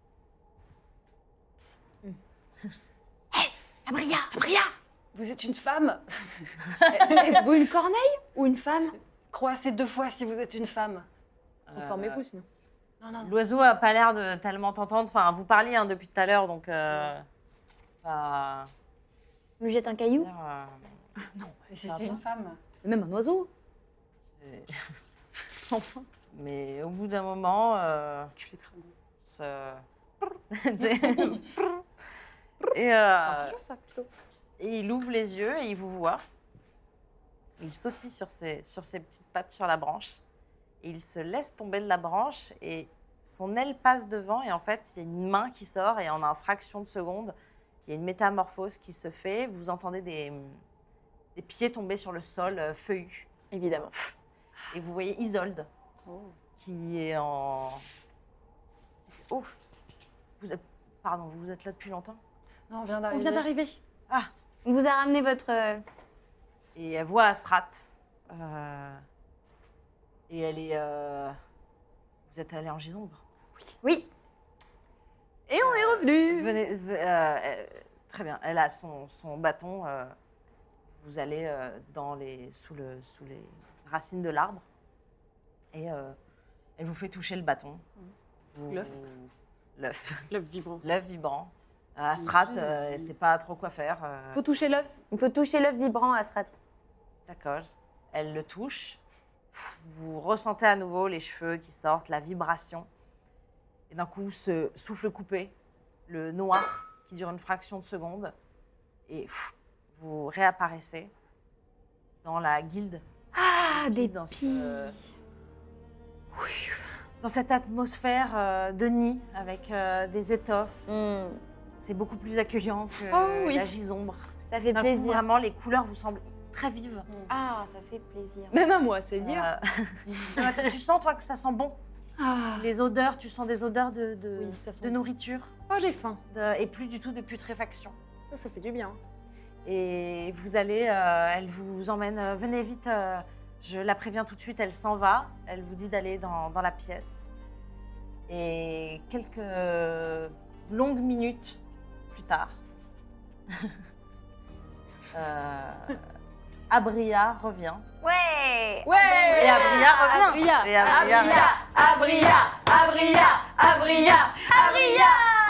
Abria, Abria. Vous êtes une femme? Êtes-vous une corneille ou une femme? Croissez deux fois si vous êtes une femme. Transformez-vous sinon. Non, non. L'oiseau a pas l'air de tellement t'entendre. Enfin, vous parliez hein, depuis tout à l'heure, donc. Euh, pas- Me jette un caillou. euh, Mais si Ça c'est va une femme. Même un oiseau. c'est- Enfin. Mais au bout d'un moment, euh, Tu les dragons. ce- C'est- et, euh, Toujours ça plutôt. et il ouvre les yeux et il vous voit. Il sautille sur ses, sur ses petites pattes sur la branche. Et il se laisse tomber de la branche et son aile passe devant. Et en fait, il y a une main qui sort et en une fraction de seconde, il y a une métamorphose qui se fait. Vous entendez des, des pieds tomber sur le sol euh, feuillu. Évidemment. Et vous voyez Isolde qui est en... Oh vous êtes... Pardon, vous êtes là depuis longtemps? Non, on vient On d'arriver. vient d'arriver. Ah On vous a ramené votre... euh, Et elle voit Astrat. Euh, Et elle est... euh, Vous êtes allé en gisombre? Oui. Et on est revenu. Venez... ve- euh, euh, très bien. Elle a son, son bâton. euh, Vous allez euh, dans les... sous, le... sous les racines de l'arbre. Et euh, elle vous fait toucher le bâton. Vous- L'œuf. L'œuf. L'œuf vibrant. L'œuf vibrant. Euh, Astrat, euh, elle sait pas trop quoi faire. euh, Faut toucher l'œuf. Il faut toucher l'œuf vibrant à Strat. D'accord. Elle le touche. Vous ressentez à nouveau les cheveux qui sortent, la vibration. Et d'un coup, ce souffle coupé, le noir qui dure une fraction de seconde. Et pff, vous réapparaissez dans la guilde. Ah, des dans, ce- pies. dans cette atmosphère euh, de nid avec euh, des étoffes. Hmm, C'est beaucoup plus accueillant que Oh oui. la gisombre. Ça fait D'un coup, plaisir. vraiment, les couleurs vous semblent très vives. Ah, ça fait plaisir. Même à moi, c'est dire. Euh, tu sens, toi, que ça sent bon. Ah. Les odeurs, tu sens des odeurs de, de, Oui, ça sent de bon. nourriture Oh, j'ai faim. de- et plus du tout de putréfaction. Ça, ça fait du bien. Et vous allez, euh, elle vous emmène, euh, venez vite, euh, je la préviens tout de suite, elle s'en va. Elle vous dit d'aller dans, dans la pièce. Et quelques longues minutes plus tard, euh, Abria revient. Ouais. Ouais. Et Abria revient. Abria. Et Abria revient. Abria, Abria, Abria, Abria,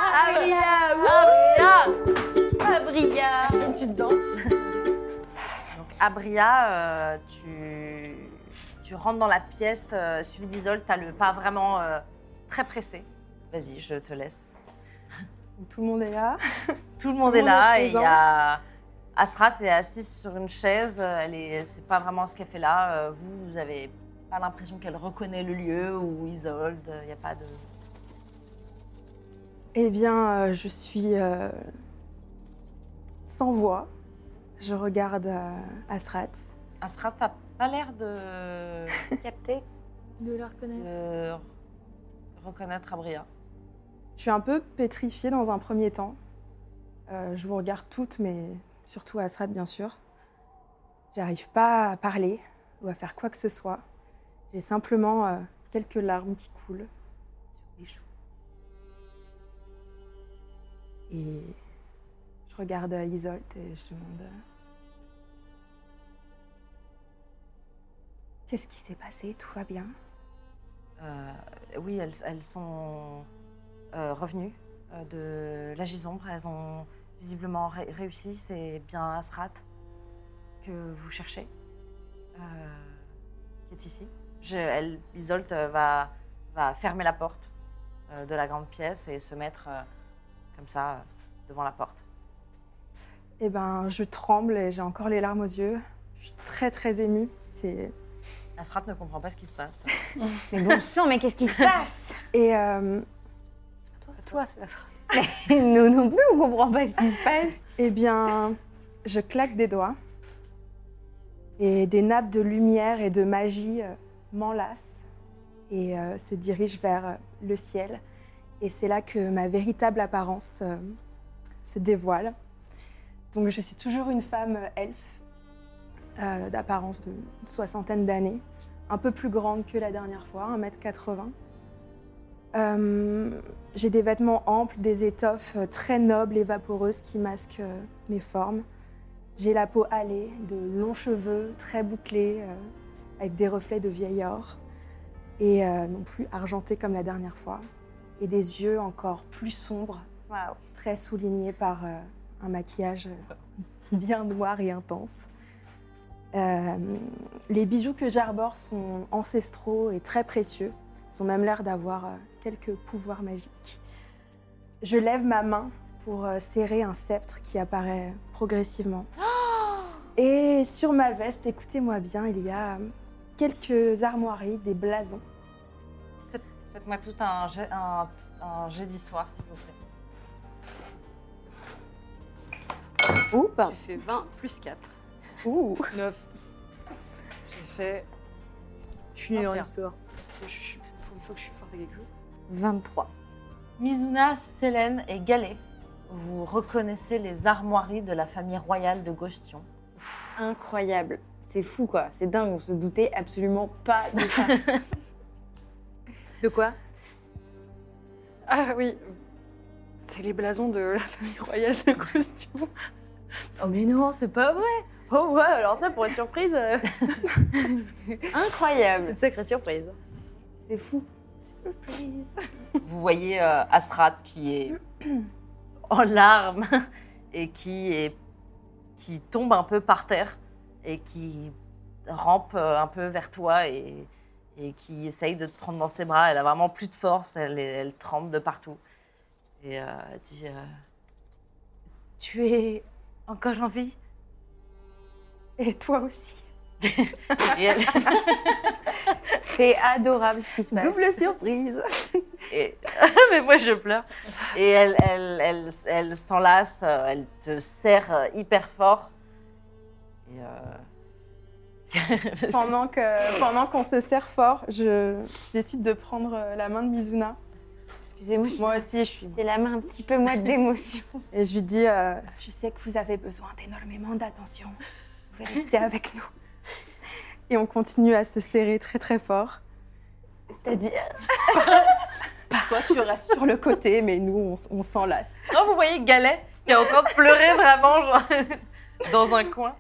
Abria, Abria. Abria. Une petite danse. Donc Abria, euh, tu, tu rentres dans la pièce, euh, suivi d'Isolde, t'as le pas vraiment euh, très pressé. Vas-y, je te laisse. Tout le monde est là. Tout le monde Tout est le monde là est et il y a Asrat est assise sur une chaise. Elle est, c'est pas vraiment ce qu'elle fait là. Euh, Vous, vous avez pas l'impression qu'elle reconnaît le lieu ou Isolde. Il n'y a pas de. Eh bien, euh, je suis euh, sans voix. Je regarde euh, Asrat. Asrat, t'as pas l'air de, Capté. De la reconnaître. de reconnaître Abria. Je suis un peu pétrifiée dans un premier temps. Euh, je vous regarde toutes, mais surtout Asrat, bien sûr. J'arrive pas à parler ou à faire quoi que ce soit. J'ai simplement euh, quelques larmes qui coulent sur les joues. Et je regarde euh, Isolde et je demande euh, qu'est-ce qui s'est passé? Tout va bien? Euh, oui, elles, elles sont euh, revenues euh, de la Gisombre. Elles ont visiblement ré- réussi. C'est bien Asrat que vous cherchez, euh, qui est ici. Je, elle, Isolde va, va fermer la porte euh, de la grande pièce et se mettre euh, comme ça euh, devant la porte. Eh ben, je tremble et j'ai encore les larmes aux yeux. Je suis très très émue. C'est... Asrat ne comprend pas ce qui se passe. Mais bon sang, mais qu'est-ce qui se passe? Et euh, C'est toi, c'est la phrase. Nous non plus, on comprend pas ce qui se passe. eh bien, je claque des doigts et des nappes de lumière et de magie euh, m'enlacent et euh, se dirigent vers euh, le ciel. Et c'est là que ma véritable apparence euh, se dévoile. Donc, je suis toujours une femme euh, elfe, euh, d'apparence de soixantaine d'années, un peu plus grande que la dernière fois, un mètre quatre-vingts. Euh, j'ai des vêtements amples, des étoffes euh, très nobles et vaporeuses qui masquent euh, mes formes. J'ai la peau hâlée, de longs cheveux très bouclés, euh, avec des reflets de vieil or, et euh, non plus argentés comme la dernière fois, et des yeux encore plus sombres, Waouh. très soulignés par euh, un maquillage euh, bien noir et intense. Euh, les bijoux que j'arbore sont ancestraux et très précieux. Ils ont même l'air d'avoir euh, quelques pouvoirs magiques. Je lève ma main pour euh, serrer un sceptre qui apparaît progressivement. Et sur ma veste, écoutez-moi bien, il y a euh, quelques armoiries, des blasons. Faites, faites-moi tout un jet, un, un jet d'histoire, s'il vous plaît. Oups. J'ai fait vingt plus quatre. Ouh. neuf. J'ai fait. Je suis nulle en vingt et un. histoire. Je suis... Pour une fois que je suis forte à quelque chose. vingt-trois. Mizuna, Célène et Galet, vous reconnaissez les armoiries de la famille royale de Gostion. Incroyable. C'est fou quoi, c'est dingue, on se doutait absolument pas de ça. De quoi? Ah oui, c'est les blasons de la famille royale de Gostion. Oh mais non, c'est pas vrai. Oh ouais, alors ça pour une surprise, euh, c'est Incroyable. une sacrée surprise. C'est fou. Vous voyez euh, Asrat qui est en larmes et qui, est, qui tombe un peu par terre et qui rampe euh, un peu vers toi et, et qui essaye de te prendre dans ses bras. Elle a vraiment plus de force, elle, est- elle tremble de partout. Et euh, elle dit euh, tu es encore en vie? Et toi aussi. Et elle, C'est adorable ce qui se passe. Double surprise. Et... Mais moi, je pleure. Et elle, elle, elle, elle s'enlace, euh, elle te serre euh, hyper fort. Et euh... Pendant, que, pendant qu'on se serre fort, je, je décide de prendre euh, la main de Mizuna. Excusez-moi, j'ai- Moi aussi, je suis... j'ai la main un petit peu moite d'émotion. Et je lui dis, euh, je sais que vous avez besoin d'énormément d'attention. Vous pouvez rester avec nous. Et on continue à se serrer très très fort. C'est-à-dire Toi, tu restes sur le côté, mais nous, on, s- on s'enlace. non, vous voyez Galet qui est en train de pleurer vraiment genre, dans un coin.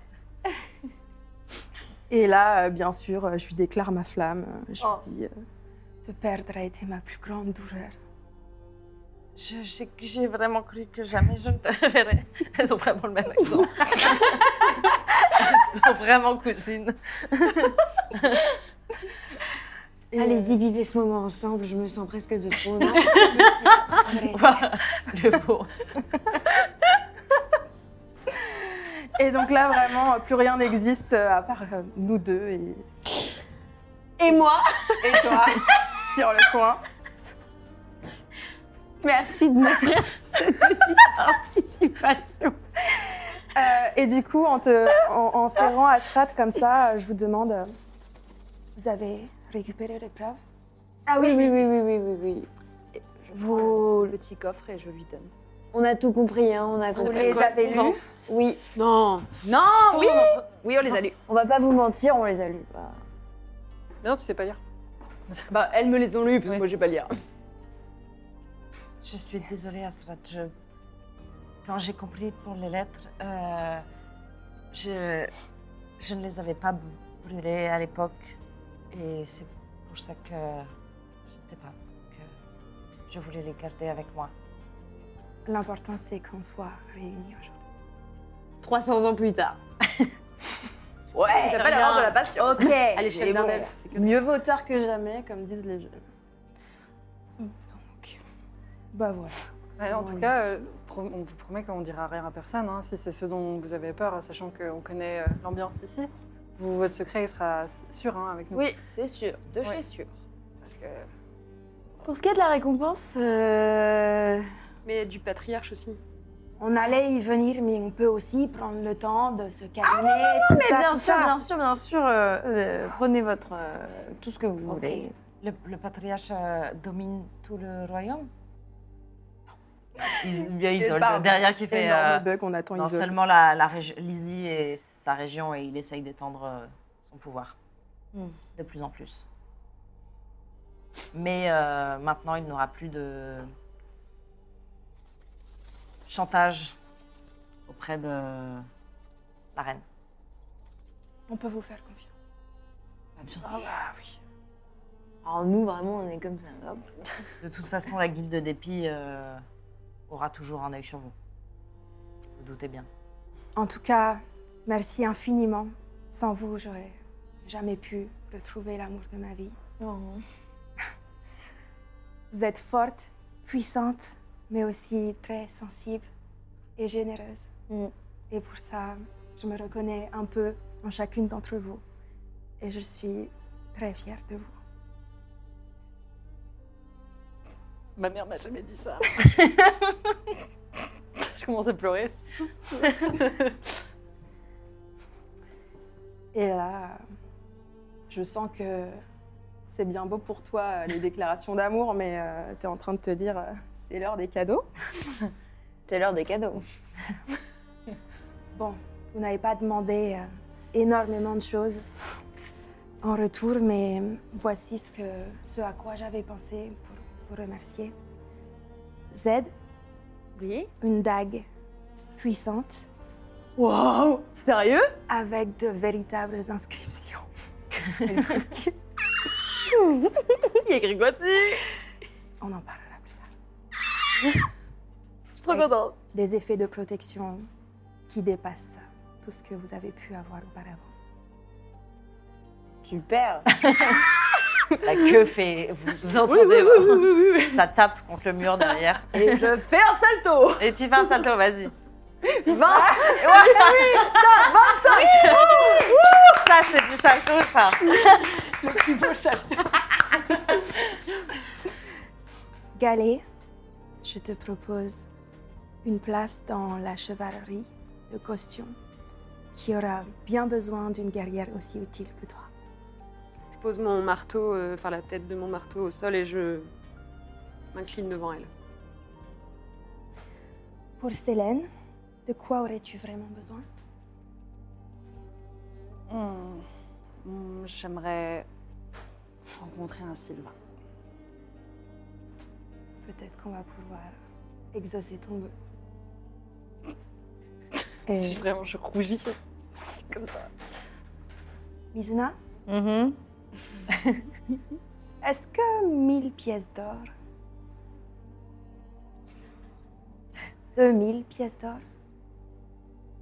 Et là, euh, bien sûr, euh, je lui déclare ma flamme. Je Oh. lui dis, euh, te perdre a été ma plus grande douleur. Je- J'ai j'ai vraiment cru que jamais je ne te reverrais. Elles ont vraiment le même accent. Elles sont vraiment cousines. Et Allez-y, vivez ce moment ensemble, je me sens presque de trop. Non Le beau. Et donc là, vraiment, plus rien n'existe euh, à part euh, nous deux et, Et moi et toi sur le coin. Merci de m'offrir cette petite participation. Euh, et du coup, en, te, en, en serrant Astrid comme ça, euh, je vous demande, euh, vous avez récupéré l'épreuve? Ah oui, oui, oui, oui, oui, oui, oui. Vous le petit coffre et je lui donne. On a tout compris, hein, on a Vous compris. les avez lus? Oui, Non. Non, oui Oui, on les a lus. on va pas vous mentir, on les a lus. Bah. Mais non, tu sais pas lire. Bah, elles me les ont lus, parce que Oui. moi, j'ai pas lire. Je suis désolée, Astrid. Je... Quand j'ai compris pour les lettres, euh, je... je ne les avais pas brûlées à l'époque. Et c'est pour ça que, je ne sais pas, que je voulais les garder avec moi. L'important, c'est qu'on soit réunis aujourd'hui. trois cents ans plus tard. Ouais, Ça s'appelle l'heure de la passion. Ok. À l'échelle mais d'un bon, elfe, c'est que- mieux vaut tard que jamais, comme disent les jeunes. Donc, bah voilà. Ouais, en Ouais. tout cas, euh, pro- on vous promet qu'on dira rien à personne, hein, si c'est ce dont vous avez peur, sachant qu'on connaît euh, l'ambiance ici. Vous, votre secret il sera sûr hein, avec nous. Oui, c'est sûr, de Ouais. chez sûr. Parce que Pour ce qui est de la récompense, euh... Mais du patriarche aussi. On allait y venir, mais on peut aussi prendre le temps de se calmer, tout mais ça, bien tout sûr, ça. bien sûr, bien sûr, euh, euh, prenez votre euh, tout ce que vous Ok. voulez. Le, le patriarche euh, domine tout le royaume? Is- Il y a Isolde Pardon. derrière qui fait Énorme euh, bug, on attend non Isolde. seulement la, la régi- Lizzie et sa région, et il essaye d'étendre euh, son pouvoir Hmm. de plus en plus. Mais euh, maintenant, il n'aura plus de chantage auprès de la reine. On peut vous faire confiance. Ah bah oui. Alors nous, vraiment, on est comme ça. Hop. De toute façon, la guilde de dépit euh, aura toujours un œil sur vous. Vous vous doutez bien. En tout cas, merci infiniment. Sans vous, j'aurais jamais pu retrouver l'amour de ma vie. Oh. Vous êtes forte, puissante, mais aussi très sensible et généreuse. Mm. Et pour ça, je me reconnais un peu en chacune d'entre vous. Et je suis très fière de vous. ma mère m'a jamais dit ça. Je commence à pleurer. Et là, je sens que c'est bien beau pour toi, les déclarations d'amour, mais tu es en train de te dire, euh, c'est l'heure des cadeaux. C'est l'heure des cadeaux. Bon, vous n'avez pas demandé euh, énormément de choses en retour, mais voici ce, que, ce à quoi j'avais pensé pour vous remercier. Z, Oui. une dague puissante Wow, sérieux? avec de véritables inscriptions. Il y a écrit quoi dessus? On en parlera plus tard. Trop contente. Des effets de protection qui dépassent tout ce que vous avez pu avoir auparavant. Super. La queue fait. Vous, vous entendez euh, ça tape contre le mur derrière. Et je fais un salto. Et tu fais un salto, vas-y. vingt. Ça, c'est du salto, ça. Galet, je te propose une place dans la chevalerie de costume qui aura bien besoin d'une guerrière aussi utile que toi. Je pose mon marteau, euh, enfin la tête de mon marteau au sol et je m'incline devant elle. Pour Célène, de quoi aurais-tu vraiment besoin? Hmm. Hmm, J'aimerais rencontrer un Sylvain. Peut-être qu'on va pouvoir exaucer ton vœu. Si Et vraiment je rougis comme ça. Mizuna, Mhm. est-ce que mille pièces d'or, deux mille pièces d'or,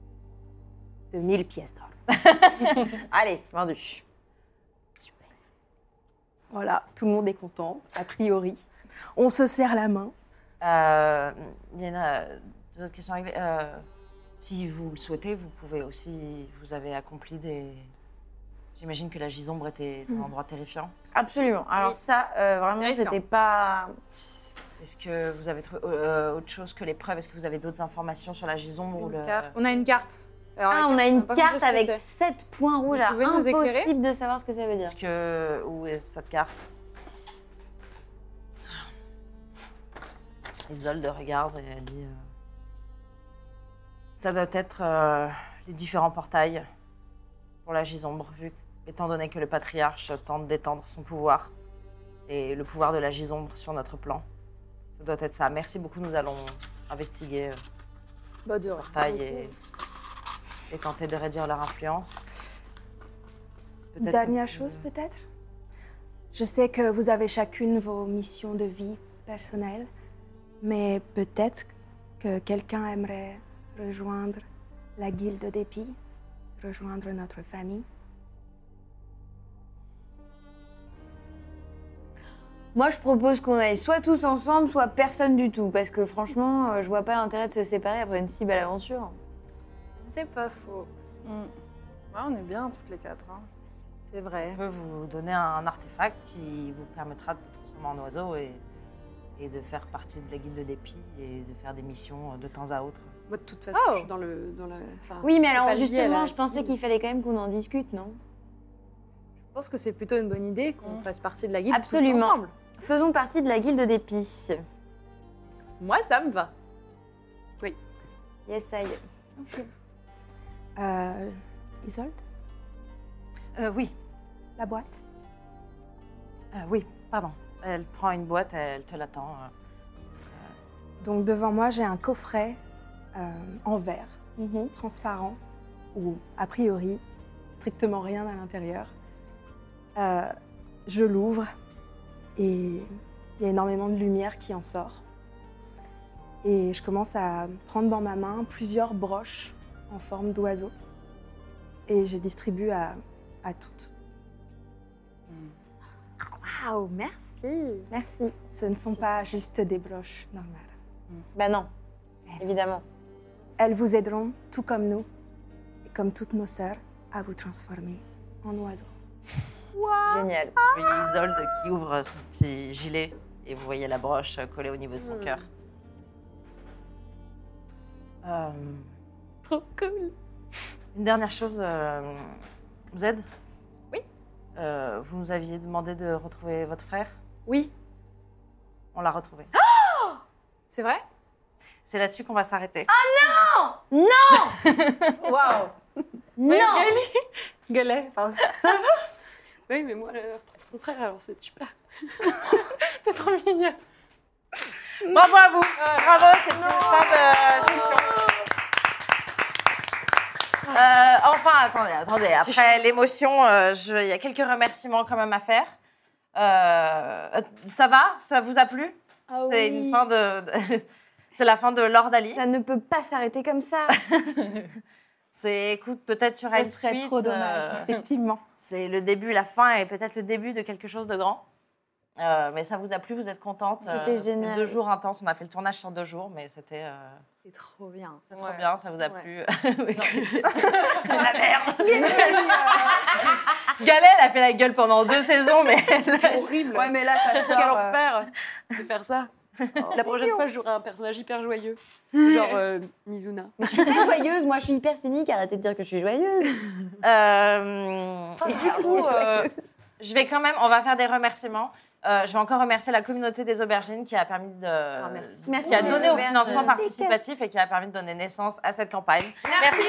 deux mille pièces d'or, Allez, vendu. Voilà, tout le monde est content, a priori. On se serre la main. Euh, il y en a deux autres questions à régler. Euh, si vous le souhaitez, vous pouvez aussi... Vous avez accompli des... J'imagine que la Gisombre était un endroit terrifiant. Absolument. Alors Oui. ça, euh, vraiment, Terrifiant. c'était pas... Est-ce que vous avez trouvé euh, autre chose que les preuves? Est-ce que vous avez d'autres informations sur la Gisombre ou Une le... carte. On a une carte. Alors, Ah, la on a carte, une n'a pas compris carte ce que avec c'est. sept points rouges. Vous Alors, pouvez nous éclairer impossible de savoir ce que ça veut dire. Est-ce que... Où est cette carte? Isolde regarde et elle dit... euh, Ça doit être euh, les différents portails pour la Gisombre, vu étant donné que le patriarche tente d'étendre son pouvoir et le pouvoir de la Gisombre sur notre plan. Ça doit être ça. Merci beaucoup, nous allons investiguer euh, Bah, de les portails et, et tenter de réduire leur influence. Peut-être Dernière que- chose peut-être. Je sais que vous avez chacune vos missions de vie personnelles, mais peut-être que quelqu'un aimerait rejoindre la guilde d'épis, rejoindre notre famille. Moi, je propose qu'on aille soit tous ensemble, soit personne du tout. Parce que franchement, euh, je vois pas l'intérêt de se séparer après une si belle aventure. C'est pas faux. Mm. Ouais, on est bien toutes les quatre. Hein. C'est vrai. On peut vous donner un artefact qui vous permettra de vous transformer en oiseau et, et de faire partie de la guilde d'épis et de faire des missions de temps à autre. Moi, de toute façon, Oh. je suis dans le. Dans la, enfin, Oui, mais c'est alors pas lié à justement, la- je pensais qu'il fallait quand même qu'on en discute, non? Je pense que c'est plutôt une bonne idée qu'on Mm. fasse partie de la guilde tous Absolument. ensemble. Faisons partie de la guilde d'épis. Moi, ça me va. Yes, I. Euh, Isolde, Euh, oui, la boîte. euh, oui, pardon. Elle prend une boîte, elle te l'attend. euh. Donc devant moi, j'ai un coffret euh, en verre, Mhm. transparent, où a priori, strictement rien à l'intérieur. Euh, je l'ouvre et il y a énormément de lumière qui en sort. Et je commence à prendre dans ma main plusieurs broches en forme d'oiseau. Et je distribue à, à toutes. Waouh, merci. Merci. Ce ne sont pas juste des broches normales. Bah non, Eh. évidemment. Elles vous aideront, tout comme nous, et comme toutes nos sœurs, à vous transformer en oiseau. Génial. Vous voyez Isolde qui ouvre son petit gilet et vous voyez la broche collée au niveau de son cœur. Euh, Trop cool. une dernière chose, euh, Z. Oui. Euh, vous nous aviez demandé de retrouver votre frère. Oui, On l'a retrouvé. c'est vrai. C'est là-dessus qu'on va s'arrêter. Non. Waouh. Non. Galet, pardon. Oui, mais moi, elle retrouve son frère, alors c'est super. C'est trop mignon. Bravo à vous. Bravo, c'est une fin de session. Euh, enfin, attendez, attendez. Après l'émotion, euh, je- il y a quelques remerciements quand même à faire. Euh, ça va? Ça vous a plu? Ah C'est oui. une fin de. de- c'est la fin de Lord Ali. Ça ne peut pas s'arrêter comme ça. C'est, écoute, peut-être sur une Ce serait suite. trop dommage, euh, effectivement. c'est le début, la fin et peut-être le début de quelque chose de grand. Euh, mais ça vous a plu? Vous êtes contente? C'était génial. Deux jours intenses. On a fait le tournage sur deux jours, mais c'était. euh, C'est trop bien. C'est trop Ouais. bien, ça vous a Ouais. plu. C'est de la merde. Galet, elle a fait la gueule pendant deux saisons, mais C'est horrible. Ouais, mais là, ça Quel sort. euh, enfer de faire ça. La prochaine fois, je jouerai un personnage hyper joyeux. Genre euh, Mizuna. Je suis pas joyeuse, moi je suis hyper cynique, arrêtez de dire que je suis joyeuse. Euh, du coup, euh, je vais quand même, on va faire des remerciements. Euh, je vais encore remercier la communauté des aubergines qui a permis de, merci. Merci qui a les donné au aubergines. financement participatif et qui a permis de donner naissance à cette campagne. Merci.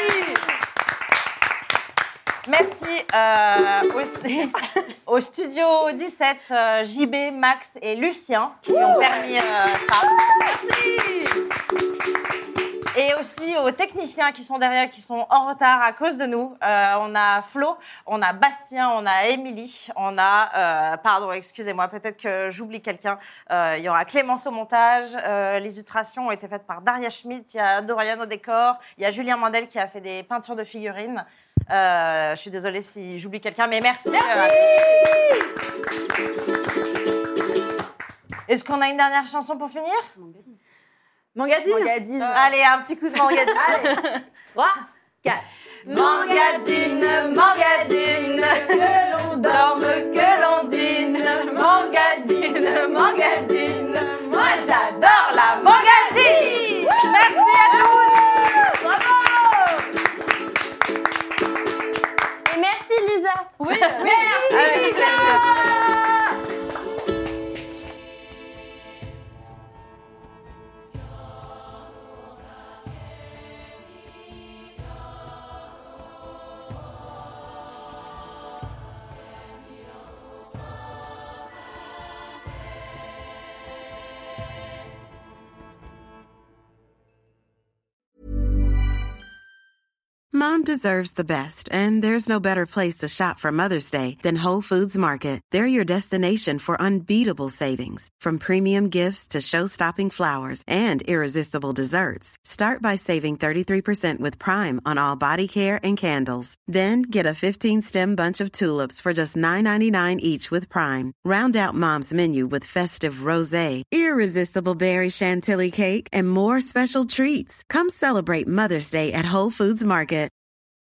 Merci euh, aussi au studio dix-sept, euh, J B, Max et Lucien qui ont permis euh, ça. Et aussi aux techniciens qui sont derrière, qui sont en retard à cause de nous. Euh, on a Flo, on a Bastien, on a Émilie, on a... Euh, pardon, excusez-moi, peut-être que j'oublie quelqu'un. Euh, il y aura Clémence au montage. Euh, les illustrations ont été faites par Daria Schmidt. Il y a Dorian au décor. Il y a Julien Mandel qui a fait des peintures de figurines. Euh, je suis désolée si j'oublie quelqu'un, mais merci. Merci. Est-ce qu'on a une dernière chanson pour finir? Mangadine. Mangadine. Allez, un petit coup de Mangadine. Allez. trois, quatre. Mangadine, Mangadine, que l'on dorme, que l'on dîne. Mangadine, Mangadine, moi j'adore la Mangadine. Merci à tous. Bravo. Et merci Lisa. Oui, Merci Avec Lisa. Mom deserves the best, and there's no better place to shop for Mother's Day than Whole Foods Market. They're your destination for unbeatable savings, from premium gifts to show-stopping flowers and irresistible desserts. Start by saving thirty-three percent with Prime on all body care and candles. Then get a fifteen-stem bunch of tulips for just nine ninety-nine each with Prime. Round out Mom's menu with festive rosé, irresistible berry chantilly cake, and more special treats. Come celebrate Mother's Day at Whole Foods Market.